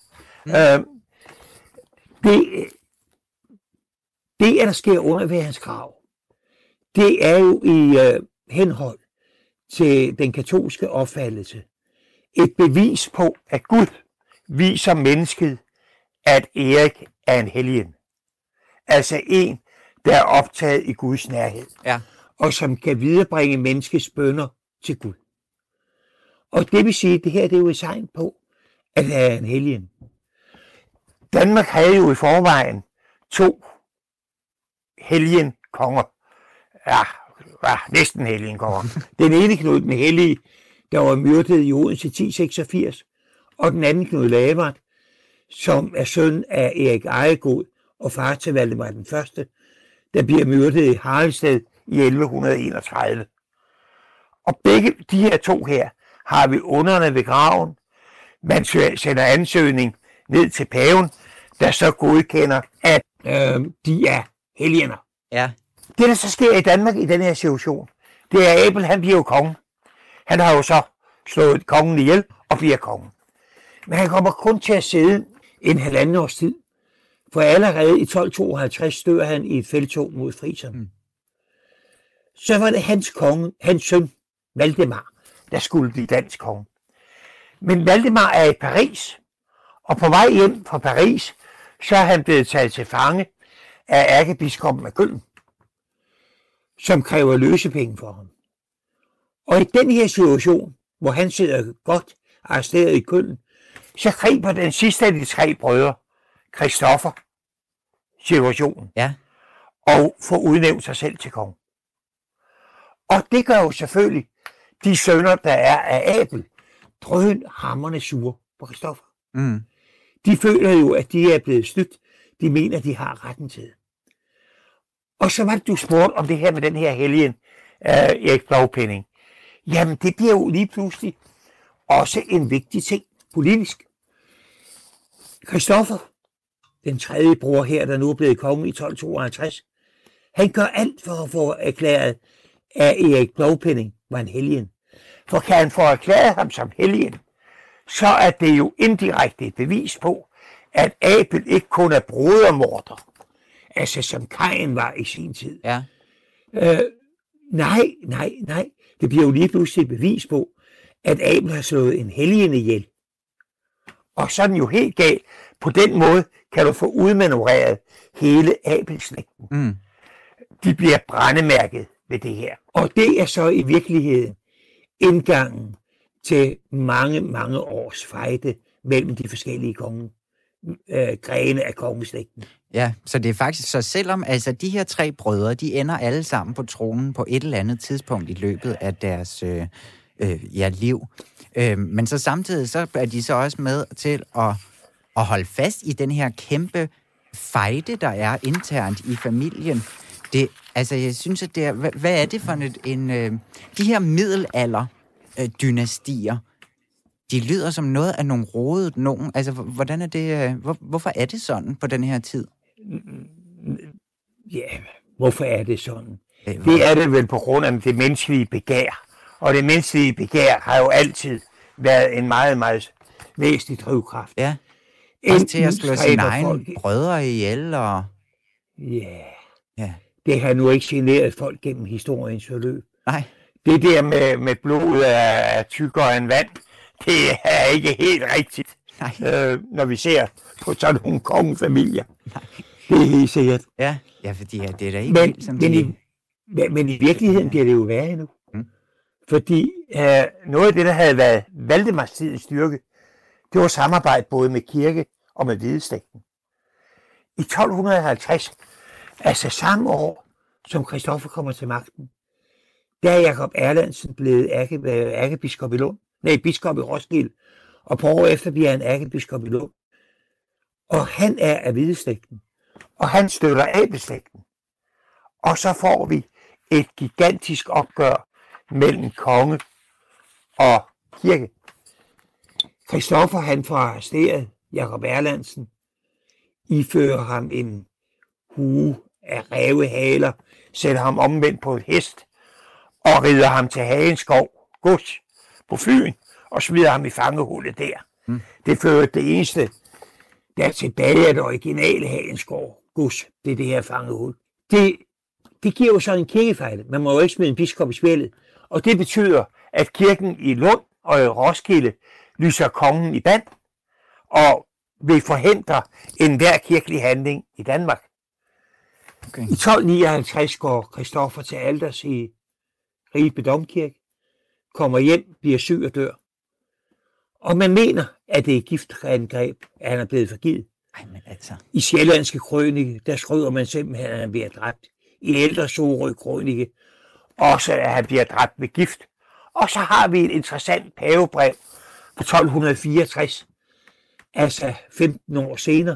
Det, der sker under ved hans grav, det er jo i henhold til den katolske opfattelse et bevis på, at Gud viser mennesket, at Erik er en helgen. Altså en, der er optaget i Guds nærhed. Ja. Og som kan viderebringe menneskets bønner til Gud. Og det vil sige, at det her det er jo et tegn på, at han er en helgen. Danmark havde jo i forvejen 2 helgenkonger. Ja, næsten helgenkonger. Den ene Knud den Hellige, der var myrdet i Odense 1086, og den anden Knud Lavard, som er søn af Erik Ejegod og far til Valdemar den Første, der bliver myrdet i Haraldsted i 1131. Og begge de her 2 her har vi underne ved graven. Man sender ansøgning ned til paven, der så godkender, at de er helgener. Ja. Det, der så sker i Danmark i den her situation, det er Abel, han bliver jo konge. Han har jo så slået kongen ihjel og bliver kongen. Men han kommer kun til at sidde en 1,5 års tid. For allerede i 1252 dør han i et felttog mod friserne. Så var det hans søn, Valdemar, der skulle blive dansk konge. Men Valdemar er i Paris, og på vej hjem fra Paris, så er han blevet taget til fange af ærkebiskoppen af Køln, som kræver løsepenge for ham. Og i den her situation, hvor han sidder godt arresteret i Køln, så griber den sidste af de 3 brødre, Christoffer, situationen, og får udnævnt sig selv til konge. Og det gør jo selvfølgelig de sønner, der er af Abel, drønhamrende sure på Christoffer. De føler jo, at de er blevet snydt. De mener, de har retten til det. Og så var det, du spurgte om det her med den her helgen, Erik Plovpenning. Jamen, det bliver jo lige pludselig også en vigtig ting politisk. Christoffer, den 3. bror her, der nu er blevet konge i 1252, han gør alt for at få erklæret, at Erik Plovpenning var en helgen. For kan han få erklæret ham som helgen, så er det jo indirekte et bevis på, at Abel ikke kun er brodermorder, altså som Kain var i sin tid. Ja. Nej. Det bliver jo lige pludselig et bevis på, at Abel har slået en helgen ihjel. Og så er den jo helt galt. På den måde kan du få udmanøvreret hele Abelslægten. Mm. De bliver brændemærket ved det her. Og det er så i virkeligheden indgangen til mange, mange års fejde mellem de forskellige grene af kongeslægten. Ja, så det er faktisk, så selvom altså de her 3 brødre, de ender alle sammen på tronen på et eller andet tidspunkt i løbet af deres liv. Men så samtidig så er de så også med til at holde fast i den her kæmpe fejde, der er internt i familien. Det, altså jeg synes, at det er, hvad er det for de her middelalder-dynastier? De lyder som noget af nogle rodet nogen. Altså, hvordan er det, hvorfor er det sådan på den her tid? Ja, hvorfor er det sådan? Det er det vel på grund af det menneskelige begær. Og det menneskelige begær har jo altid været en meget, meget væsentlig drivkraft. Ja, også til at slå sine egne brødre ihjel og... Ja, det har nu ikke generet folk gennem historiens forløb. Nej. Det der med blodet af tykkere end vand, det er ikke helt rigtigt, når vi ser på sådan nogle kongefamilier. Nej. Det er helt sikkert. Ja, fordi det er da ikke helt som men i virkeligheden bliver det jo værre endnu. Fordi noget af det, der havde været Valdemars tidens styrke, det var samarbejde både med kirke og med hvideslægten. I 1250, altså samme år, som Christoffer kommer til magten, der er Jakob Erlandsen blevet ærkebiskop i Lund. Biskop i Roskilde. Og på år efter bliver han ærkebiskop i Lund. Og han er af hvideslægten. Og han støtter Abelslægten. Og så får vi et gigantisk opgør mellem konge og kirke. Christoffer, han får arresteret Jakob Erlandsen, ifører ham en hue af rævehaler, sætter ham omvendt på et hest og rider ham til Hagenskov gods på Fyn og smider ham i fangehullet der. Det fører det eneste, der er tilbage af det originale Hagenskov gods, det er det her fangehul. Det giver jo sådan en kirkefejl. Man må jo ikke smide en biskop i spjældet. Og det betyder, at kirken i Lund og i Roskilde lyser kongen i band og vil forhindre enhver kirkelig handling i Danmark. Okay. I 1259 går Christoffer til alters i Ribe Domkirke, kommer hjem, bliver syg og dør. Og man mener, at det er giftangreb, at han er blevet forgivet. Altså. I Sjællandske Krønike, der skriver man simpelthen, at han bliver dræbt. I Ældre Sorø Krønike, også at han bliver dræbt med gift. Og så har vi et interessant pavebrev fra 1264, altså 15 år senere,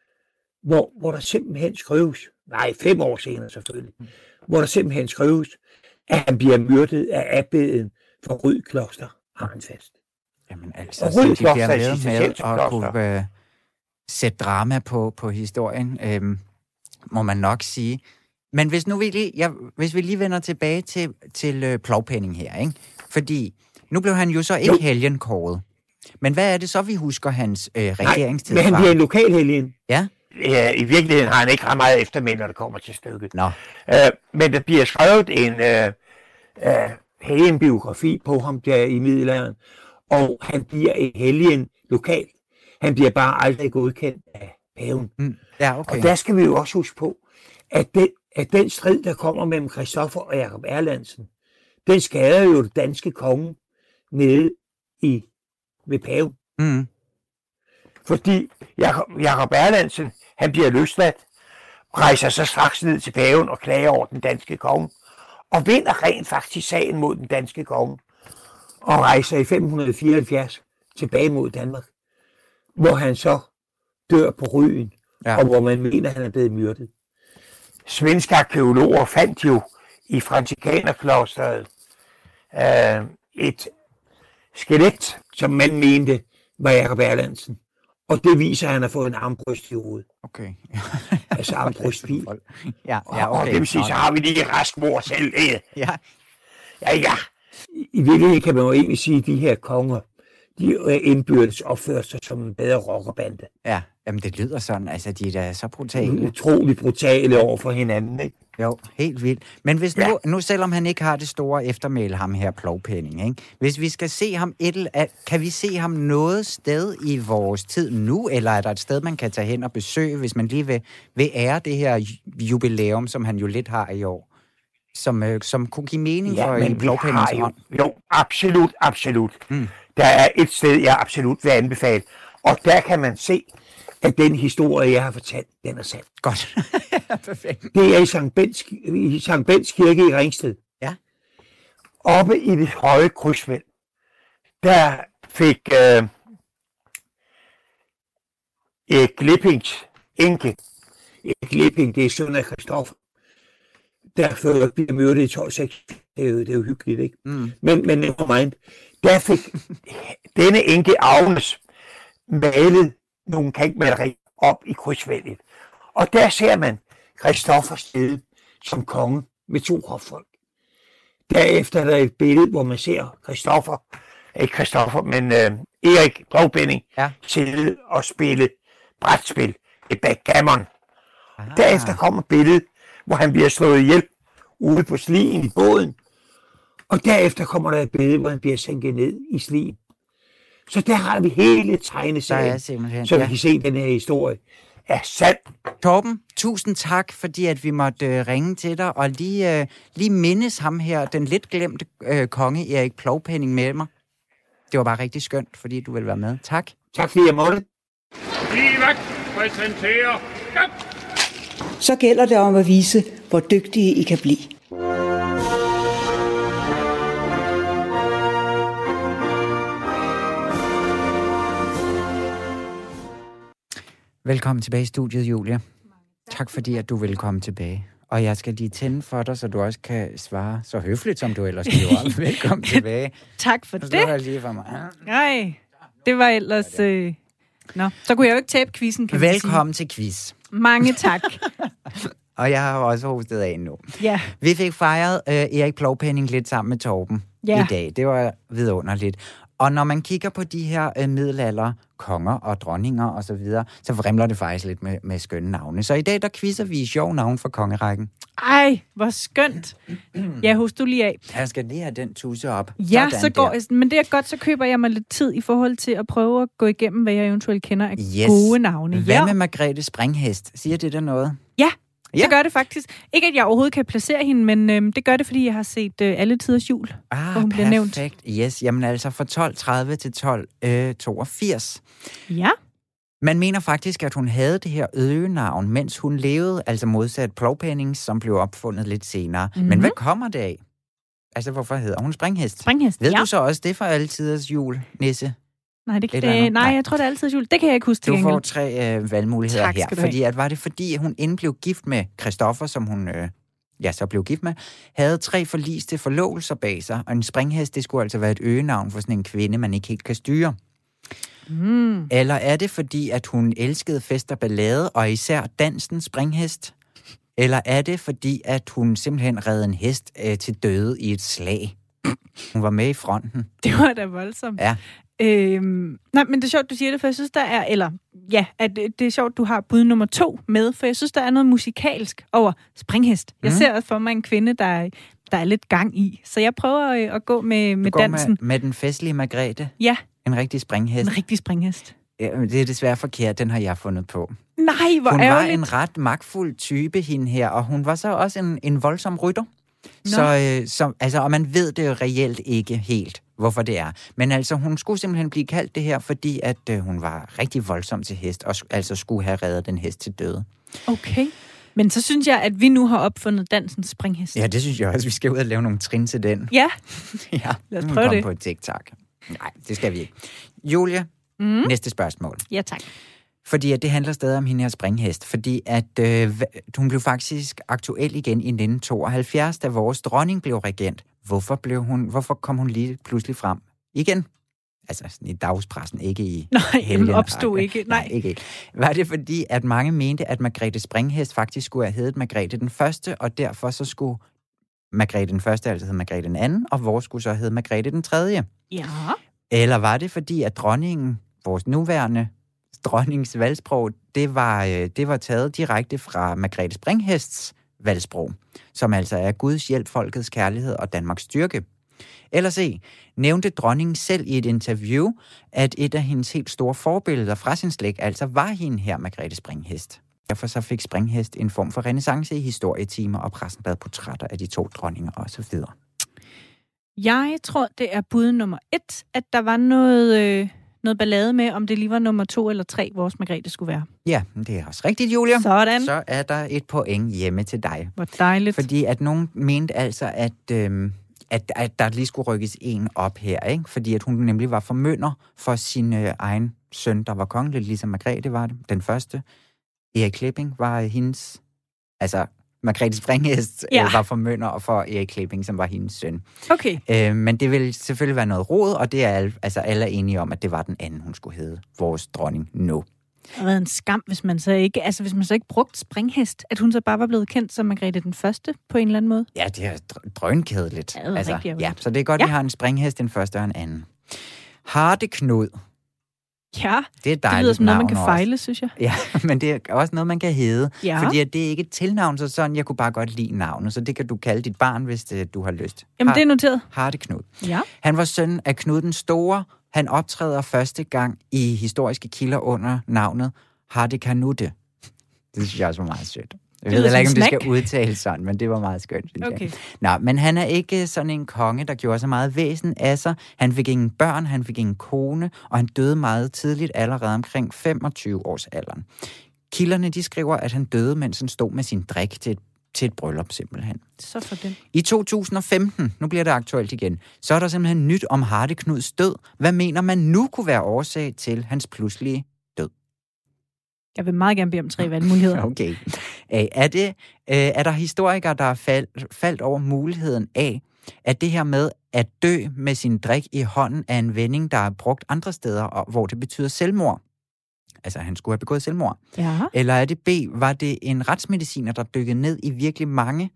hvor der simpelthen skrives, 5 år senere selvfølgelig, hvor der simpelthen skrives, at han bliver myrdet af abbeden for Ryd Kloster, har han fast. Jamen altså, så de bliver med at kunne sætte drama på historien, må man nok sige. Men hvis vi lige vender tilbage til Plovpenning her, ikke? Fordi nu blev han jo så ikke helgenkåret. Men hvad er det så, vi husker hans regeringstid fra? Men han bliver en lokal helgen. Ja? I virkeligheden har han ikke ret meget eftermænd, når det kommer til stykket. Nå. Men der bliver skrevet en helgenbiografi på ham der i middelalderen, og han bliver en helgen lokalt. Han bliver bare aldrig godkendt af paven. Ja, okay. Og der skal vi jo også huske på, at den strid, der kommer mellem Christoffer og Jakob Erlandsen, den skader jo det danske konge nede ved paven. Fordi Jakob Erlandsen, han bliver løsladt, rejser så straks ned til paven og klager over den danske konge, og vinder rent faktisk sagen mod den danske konge, og rejser i 574 tilbage mod Danmark, hvor han så dør på Ryen, og hvor man mener, at han er blevet myrdet. Svenske arkeologer fandt jo i Fransikanerklosteret et skelet, som man mente var Jakob Erlandsen. Og det viser, at han har fået en armbryst i hovedet. Okay. Altså armbrystpil. Okay. Og det vil sige, så har vi lige rask mor selv. Ja. Ja. I virkeligheden kan man jo egentlig sige, at de her konger, de indbyrdes opførte sig som en bedre rockerbande. Ja, jamen det lyder sådan. Altså, de er da så brutale. Utrolig brutale over for hinanden, ikke? Jo, helt vildt. Men hvis nu selvom han ikke har det store eftermæle, ham her Plovpenning, ikke? Hvis vi skal se ham kan vi se ham noget sted i vores tid nu, eller er der et sted, man kan tage hen og besøge, hvis man lige vil ære det her jubilæum, som han jo lidt har i år, som kunne give mening for i Plovpennings ånd? Jo, absolut. Der er et sted, jeg absolut vil anbefale, og der kan man se, at den historie, jeg har fortalt, den er sand. Godt. Perfekt. Det er i Sankt Bens Kirke i Ringsted. Ja. Oppe i det høje krydsfelt, der fik Erik Glippings enke. Erik Glipping, det er søn af Christoffer. Derfor bliver mødet i 1206. Det er jo hyggeligt, ikke? Men nevermind. Der fik denne enke Agnes malet nogle kankmalerier op i krydsfeltet. Og der ser man Christoffer sidde som konge med 2 hoffolk. Derefter er der et billede, hvor man ser Erik Plovpenning sidde og spille brætspil, et backgammon. Derefter kommer billedet, hvor han bliver slået ihjel ude på slien i båden. Og derefter kommer der et billede, hvor han bliver sænket ned i slien. Så der har vi hele tegneserien, så vi kan se, den her historie er sand. Torben, tusind tak, fordi at vi måtte ringe til dig, og lige mindes ham her, den lidt glemte konge Erik Plovpenning med mig. Det var bare rigtig skønt, fordi du ville være med. Tak. Tak fordi jeg måtte. Livet præsenterer. Så gælder det om at vise, hvor dygtige I kan blive. Velkommen tilbage i studiet, Julia. Tak fordi, at du vil komme tilbage. Og jeg skal lige tænde for dig, så du også kan svare så høfligt, som du ellers gjorde. Velkommen tilbage. Tak for det. Jeg lige for mig. Nej, det var ellers... så kunne jeg jo ikke tabe quizzen, kan man sige. Velkommen til quiz. Mange tak. Og jeg har også hostet af nu. Ja. Vi fik fejret Erik Plovpenning lidt sammen med Torben i dag. Det var vidunderligt. Og når man kigger på de her middelalder konger og dronninger og så videre, så vrimler det faktisk lidt med skønne navne. Så i dag, der quizzer vi sjov navn for kongerækken. Ej, hvor skønt. Ja, host du lige af. Jeg skal lige have den tusse op. Ja, så går men det er godt, så køber jeg mig lidt tid i forhold til at prøve at gå igennem, hvad jeg eventuelt kender af gode navne. Hvad med Margrethe Springhest? Siger det der noget? Ja. Det gør det faktisk. Ikke, at jeg overhovedet kan placere hende, men det gør det, fordi jeg har set Alle Tiders Jul, hvor hun bliver nævnt. Perfekt. Yes, jamen altså fra 1230 til 1282. Ja. Man mener faktisk, at hun havde det her øgenavn, mens hun levede, altså modsat Plovpenning, som blev opfundet lidt senere. Mm-hmm. Men hvad kommer det af? Altså, hvorfor hedder hun Springhest? Springhest, Ved du så også det for Alle Tiders Jul, Nisse? Nej, jeg tror, det er altid jul. Det kan jeg ikke huske til gengæld. Du får 3 valgmuligheder her. Fordi hun inden blev gift med Christoffer, som hun så blev gift med, havde 3 forliste forlovelser bag sig, og en springhest, det skulle altså være et øgenavn for sådan en kvinde, man ikke helt kan styre. Eller er det fordi, at hun elskede fest og ballade, og især dansen springhest? Eller er det fordi, at hun simpelthen redde en hest til døde i et slag? Hun var med i fronten. Det var da voldsomt. Ja. Nej, men det er sjovt, du siger det, for jeg synes, der er, at det er sjovt, du har bud nummer 2 med, for jeg synes, der er noget musikalsk over springhest. Jeg ser for mig en kvinde, der er lidt gang i, så jeg prøver at gå med dansen. Med den festlige Margrethe? Ja. En rigtig springhest? En rigtig springhest. Ja, det er desværre forkert, den har jeg fundet på. Nej, hvor hun ærgerligt. Hun var en ret magtfuld type, hende her, og hun var så også en voldsom rytter. Så, og man ved det jo reelt ikke helt, hvorfor det er. Men altså, hun skulle simpelthen blive kaldt det her, fordi at hun var rigtig voldsom til hest, og altså skulle have reddet den hest til døde. Okay. Men så synes jeg, at vi nu har opfundet dansens springhest. Ja, det synes jeg også. Vi skal ud og lave nogle trin til den. Ja. Ja, lad os prøve det. På et TikTok. Nej, det skal vi ikke. Julia, næste spørgsmål. Ja, tak. Fordi at det handler stadig om hende her springhest. Fordi at hun blev faktisk aktuel igen i 1972, da vores dronning blev regent. Hvorfor kom hun lige pludselig frem igen? Altså sådan i dagspressen, ikke i helgen. Nej, opstod ikke. Nej, ikke helt. Var det fordi, at mange mente, at Margrethe Springhest faktisk skulle have heddet Margrethe den første, og derfor så skulle Margrethe den første altså hedde Margrethe den anden, og vores skulle så hedde Margrethe den tredje? Ja. Eller var det fordi, at dronningen, vores nuværende dronningens valgsprog, det var taget direkte fra Margrethe Springhests valgsprog, som altså er Guds hjælp, folkets kærlighed og Danmarks styrke. Eller se, nævnte dronningen selv i et interview, at et af hendes helt store forbilleder fra sin slægt altså var hende her, Margrethe Springhest. Derfor så fik Springhest en form for renæssance i historietimer, og pressen lavede portrætter af de to dronninger osv. Jeg tror, det er bud nummer 1, at der var noget ballade med, om det lige var nummer 2 eller 3, vores Margrethe skulle være. Ja, det er også rigtigt, Julia. Sådan. Så er der et point hjemme til dig. Hvor dejligt. Fordi at nogen mente altså, at der lige skulle rykkes en op her, ikke? Fordi at hun nemlig var formynder for sin egen søn, der var kongelig, ligesom Margrethe var det, den første. Erik Klipping var hendes, altså Margrethe Springhest var formynder for Erik Klipping, som var hendes søn. Okay. Men det vil selvfølgelig være noget rod, og det er alle er enige om, at det var den anden, hun skulle hedde, vores dronning nu. Det har været en skam, hvis man så ikke brugte Springhest, at hun så bare var blevet kendt som Margrethe den første på en eller anden måde. Ja, det er drønkedeligt. Ja, så det er godt, vi har en Springhest, den første og en anden. Hardeknud. Ja, det er dejligt. Det lyder som noget, man kan fejle, synes jeg. Ja, men det er også noget, man kan hedde. Ja. Fordi det er ikke et tilnavn, så sådan, jeg kunne bare godt lide navnet. Så det kan du kalde dit barn, hvis du har lyst. Jamen, det er noteret. Hardeknud. Ja. Han var søn af Knud den Store. Han optræder første gang i historiske kilder under navnet Hardekanute. Det synes jeg også var meget sødt. Jeg ved ikke, om det skal udtales sådan, men det var meget skønt. Okay. Nå, men han er ikke sådan en konge, der gjorde så meget væsen af sig. Han fik ingen børn, han fik ingen kone, og han døde meget tidligt, allerede omkring 25 års alderen. Kilderne, de skriver, at han døde, mens han stod med sin drik til et bryllup, simpelthen. Så for den. I 2015, nu bliver det aktuelt igen, så er der simpelthen nyt om Hardeknuds død. Hvad mener man nu kunne være årsag til hans pludselige død? Jeg vil meget gerne bede om 3 valgmuligheder. Okay. Er der historikere, der er faldt over muligheden af, at det her med at dø med sin drik i hånden er en vending, der er brugt andre steder, hvor det betyder selvmord? Altså, han skulle have begået selvmord. Ja. Eller er det B, var det en retsmediciner, der dykkede ned i virkelig mange...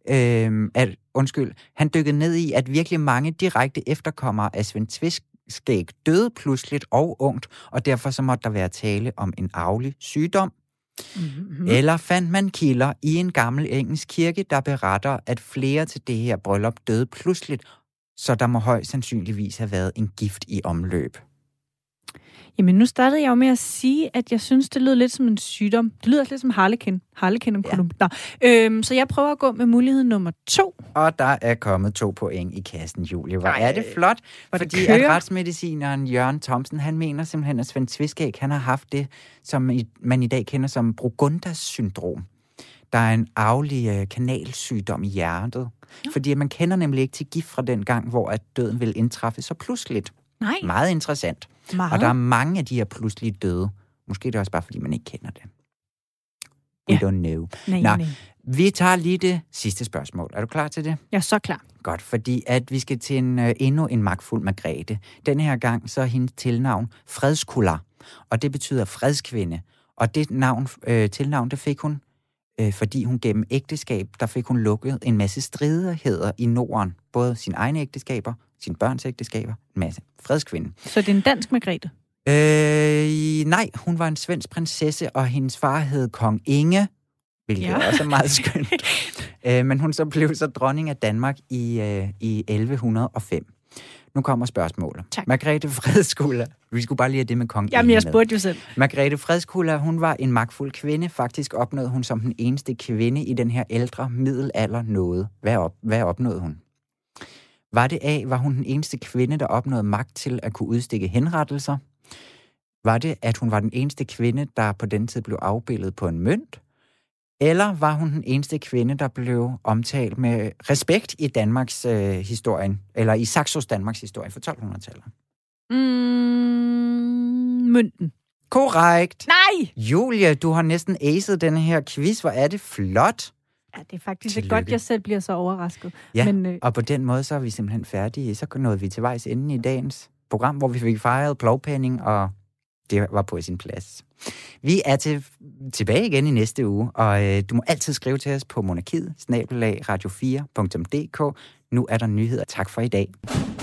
han dykkede ned i, at virkelig mange direkte efterkommere af Svend Tveskæg døde pludseligt og ungt, og derfor så måtte der være tale om en arvelig sygdom. Mm-hmm. Eller fandt man kilder i en gammel engelsk kirke, der beretter, at flere til det her bryllup døde pludseligt, så der må højst sandsynligvis have været en gift i omløb. Jamen, nu startede jeg jo med at sige, at jeg synes, det lyder lidt som en sygdom. Det lyder lidt som Harlekin om Columb. Så jeg prøver at gå med mulighed nummer 2. Og der er kommet 2 point i kassen, Julie. Hvor er det flot, fordi at retsmedicineren Jørgen Thomsen, han mener simpelthen, at Svend Tveskæg, han har haft det, som man i dag kender som Burgunders syndrom. Der er en arvelig kanalsygdom i hjertet. Ja. Fordi man kender nemlig ikke til gift fra den gang, hvor at døden vil indtræffe så pludseligt. Nej. Meget interessant. Meget. Og der er mange af de her pludselige døde. Måske er det også bare, fordi man ikke kender det. We don't know. Nej. Vi tager lige det sidste spørgsmål. Er du klar til det? Jeg er så klar. Godt, fordi at vi skal til endnu en magtfuld Margrethe. Den her gang så er hendes tilnavn Fredskuller, og det betyder fredskvinde. Og det tilnavn, det fik hun, fordi hun gennem ægteskab, der fik hun lukket en masse stridigheder i Norden. Både sine egne ægteskaber, sine børns ægteskaber, en masse. Fredskvinde. Så det er en dansk Margrethe? Nej, hun var en svensk prinsesse, og hendes far hed Kong Inge, hvilket også er meget skønt. Men hun så blev så dronning af Danmark i 1105. Nu kommer spørgsmålet. Tak. Margrethe Fredskuller. Vi skulle bare lige have det med Kong Inge. Jamen, jeg spurgte jo selv. Margrethe Fredskuller, hun var en magtfuld kvinde. Faktisk opnåede hun som den eneste kvinde i den her ældre middelalder noget. Hvad opnåede hun? Var hun den eneste kvinde, der opnåede magt til at kunne udstikke henrettelser? Var det, at hun var den eneste kvinde, der på den tid blev afbildet på en mønt? Eller var hun den eneste kvinde, der blev omtalt med respekt i Danmarks historien, eller i Saxos Danmarks historie for 1200-tallet? Mønten. Korrekt. Nej! Julia, du har næsten aced denne her quiz. Hvor er det flot. Ja, det er faktisk ikke godt, jeg selv bliver så overrasket. Ja, men, og på den måde, så er vi simpelthen færdige. Så nåede vi til vejs ende i dagens program, hvor vi fik fejret plovpenning, og det var på sin plads. Vi er tilbage igen i næste uge, og du må altid skrive til os på monarkiet, @radio4.dk. Nu er der nyheder. Tak for i dag.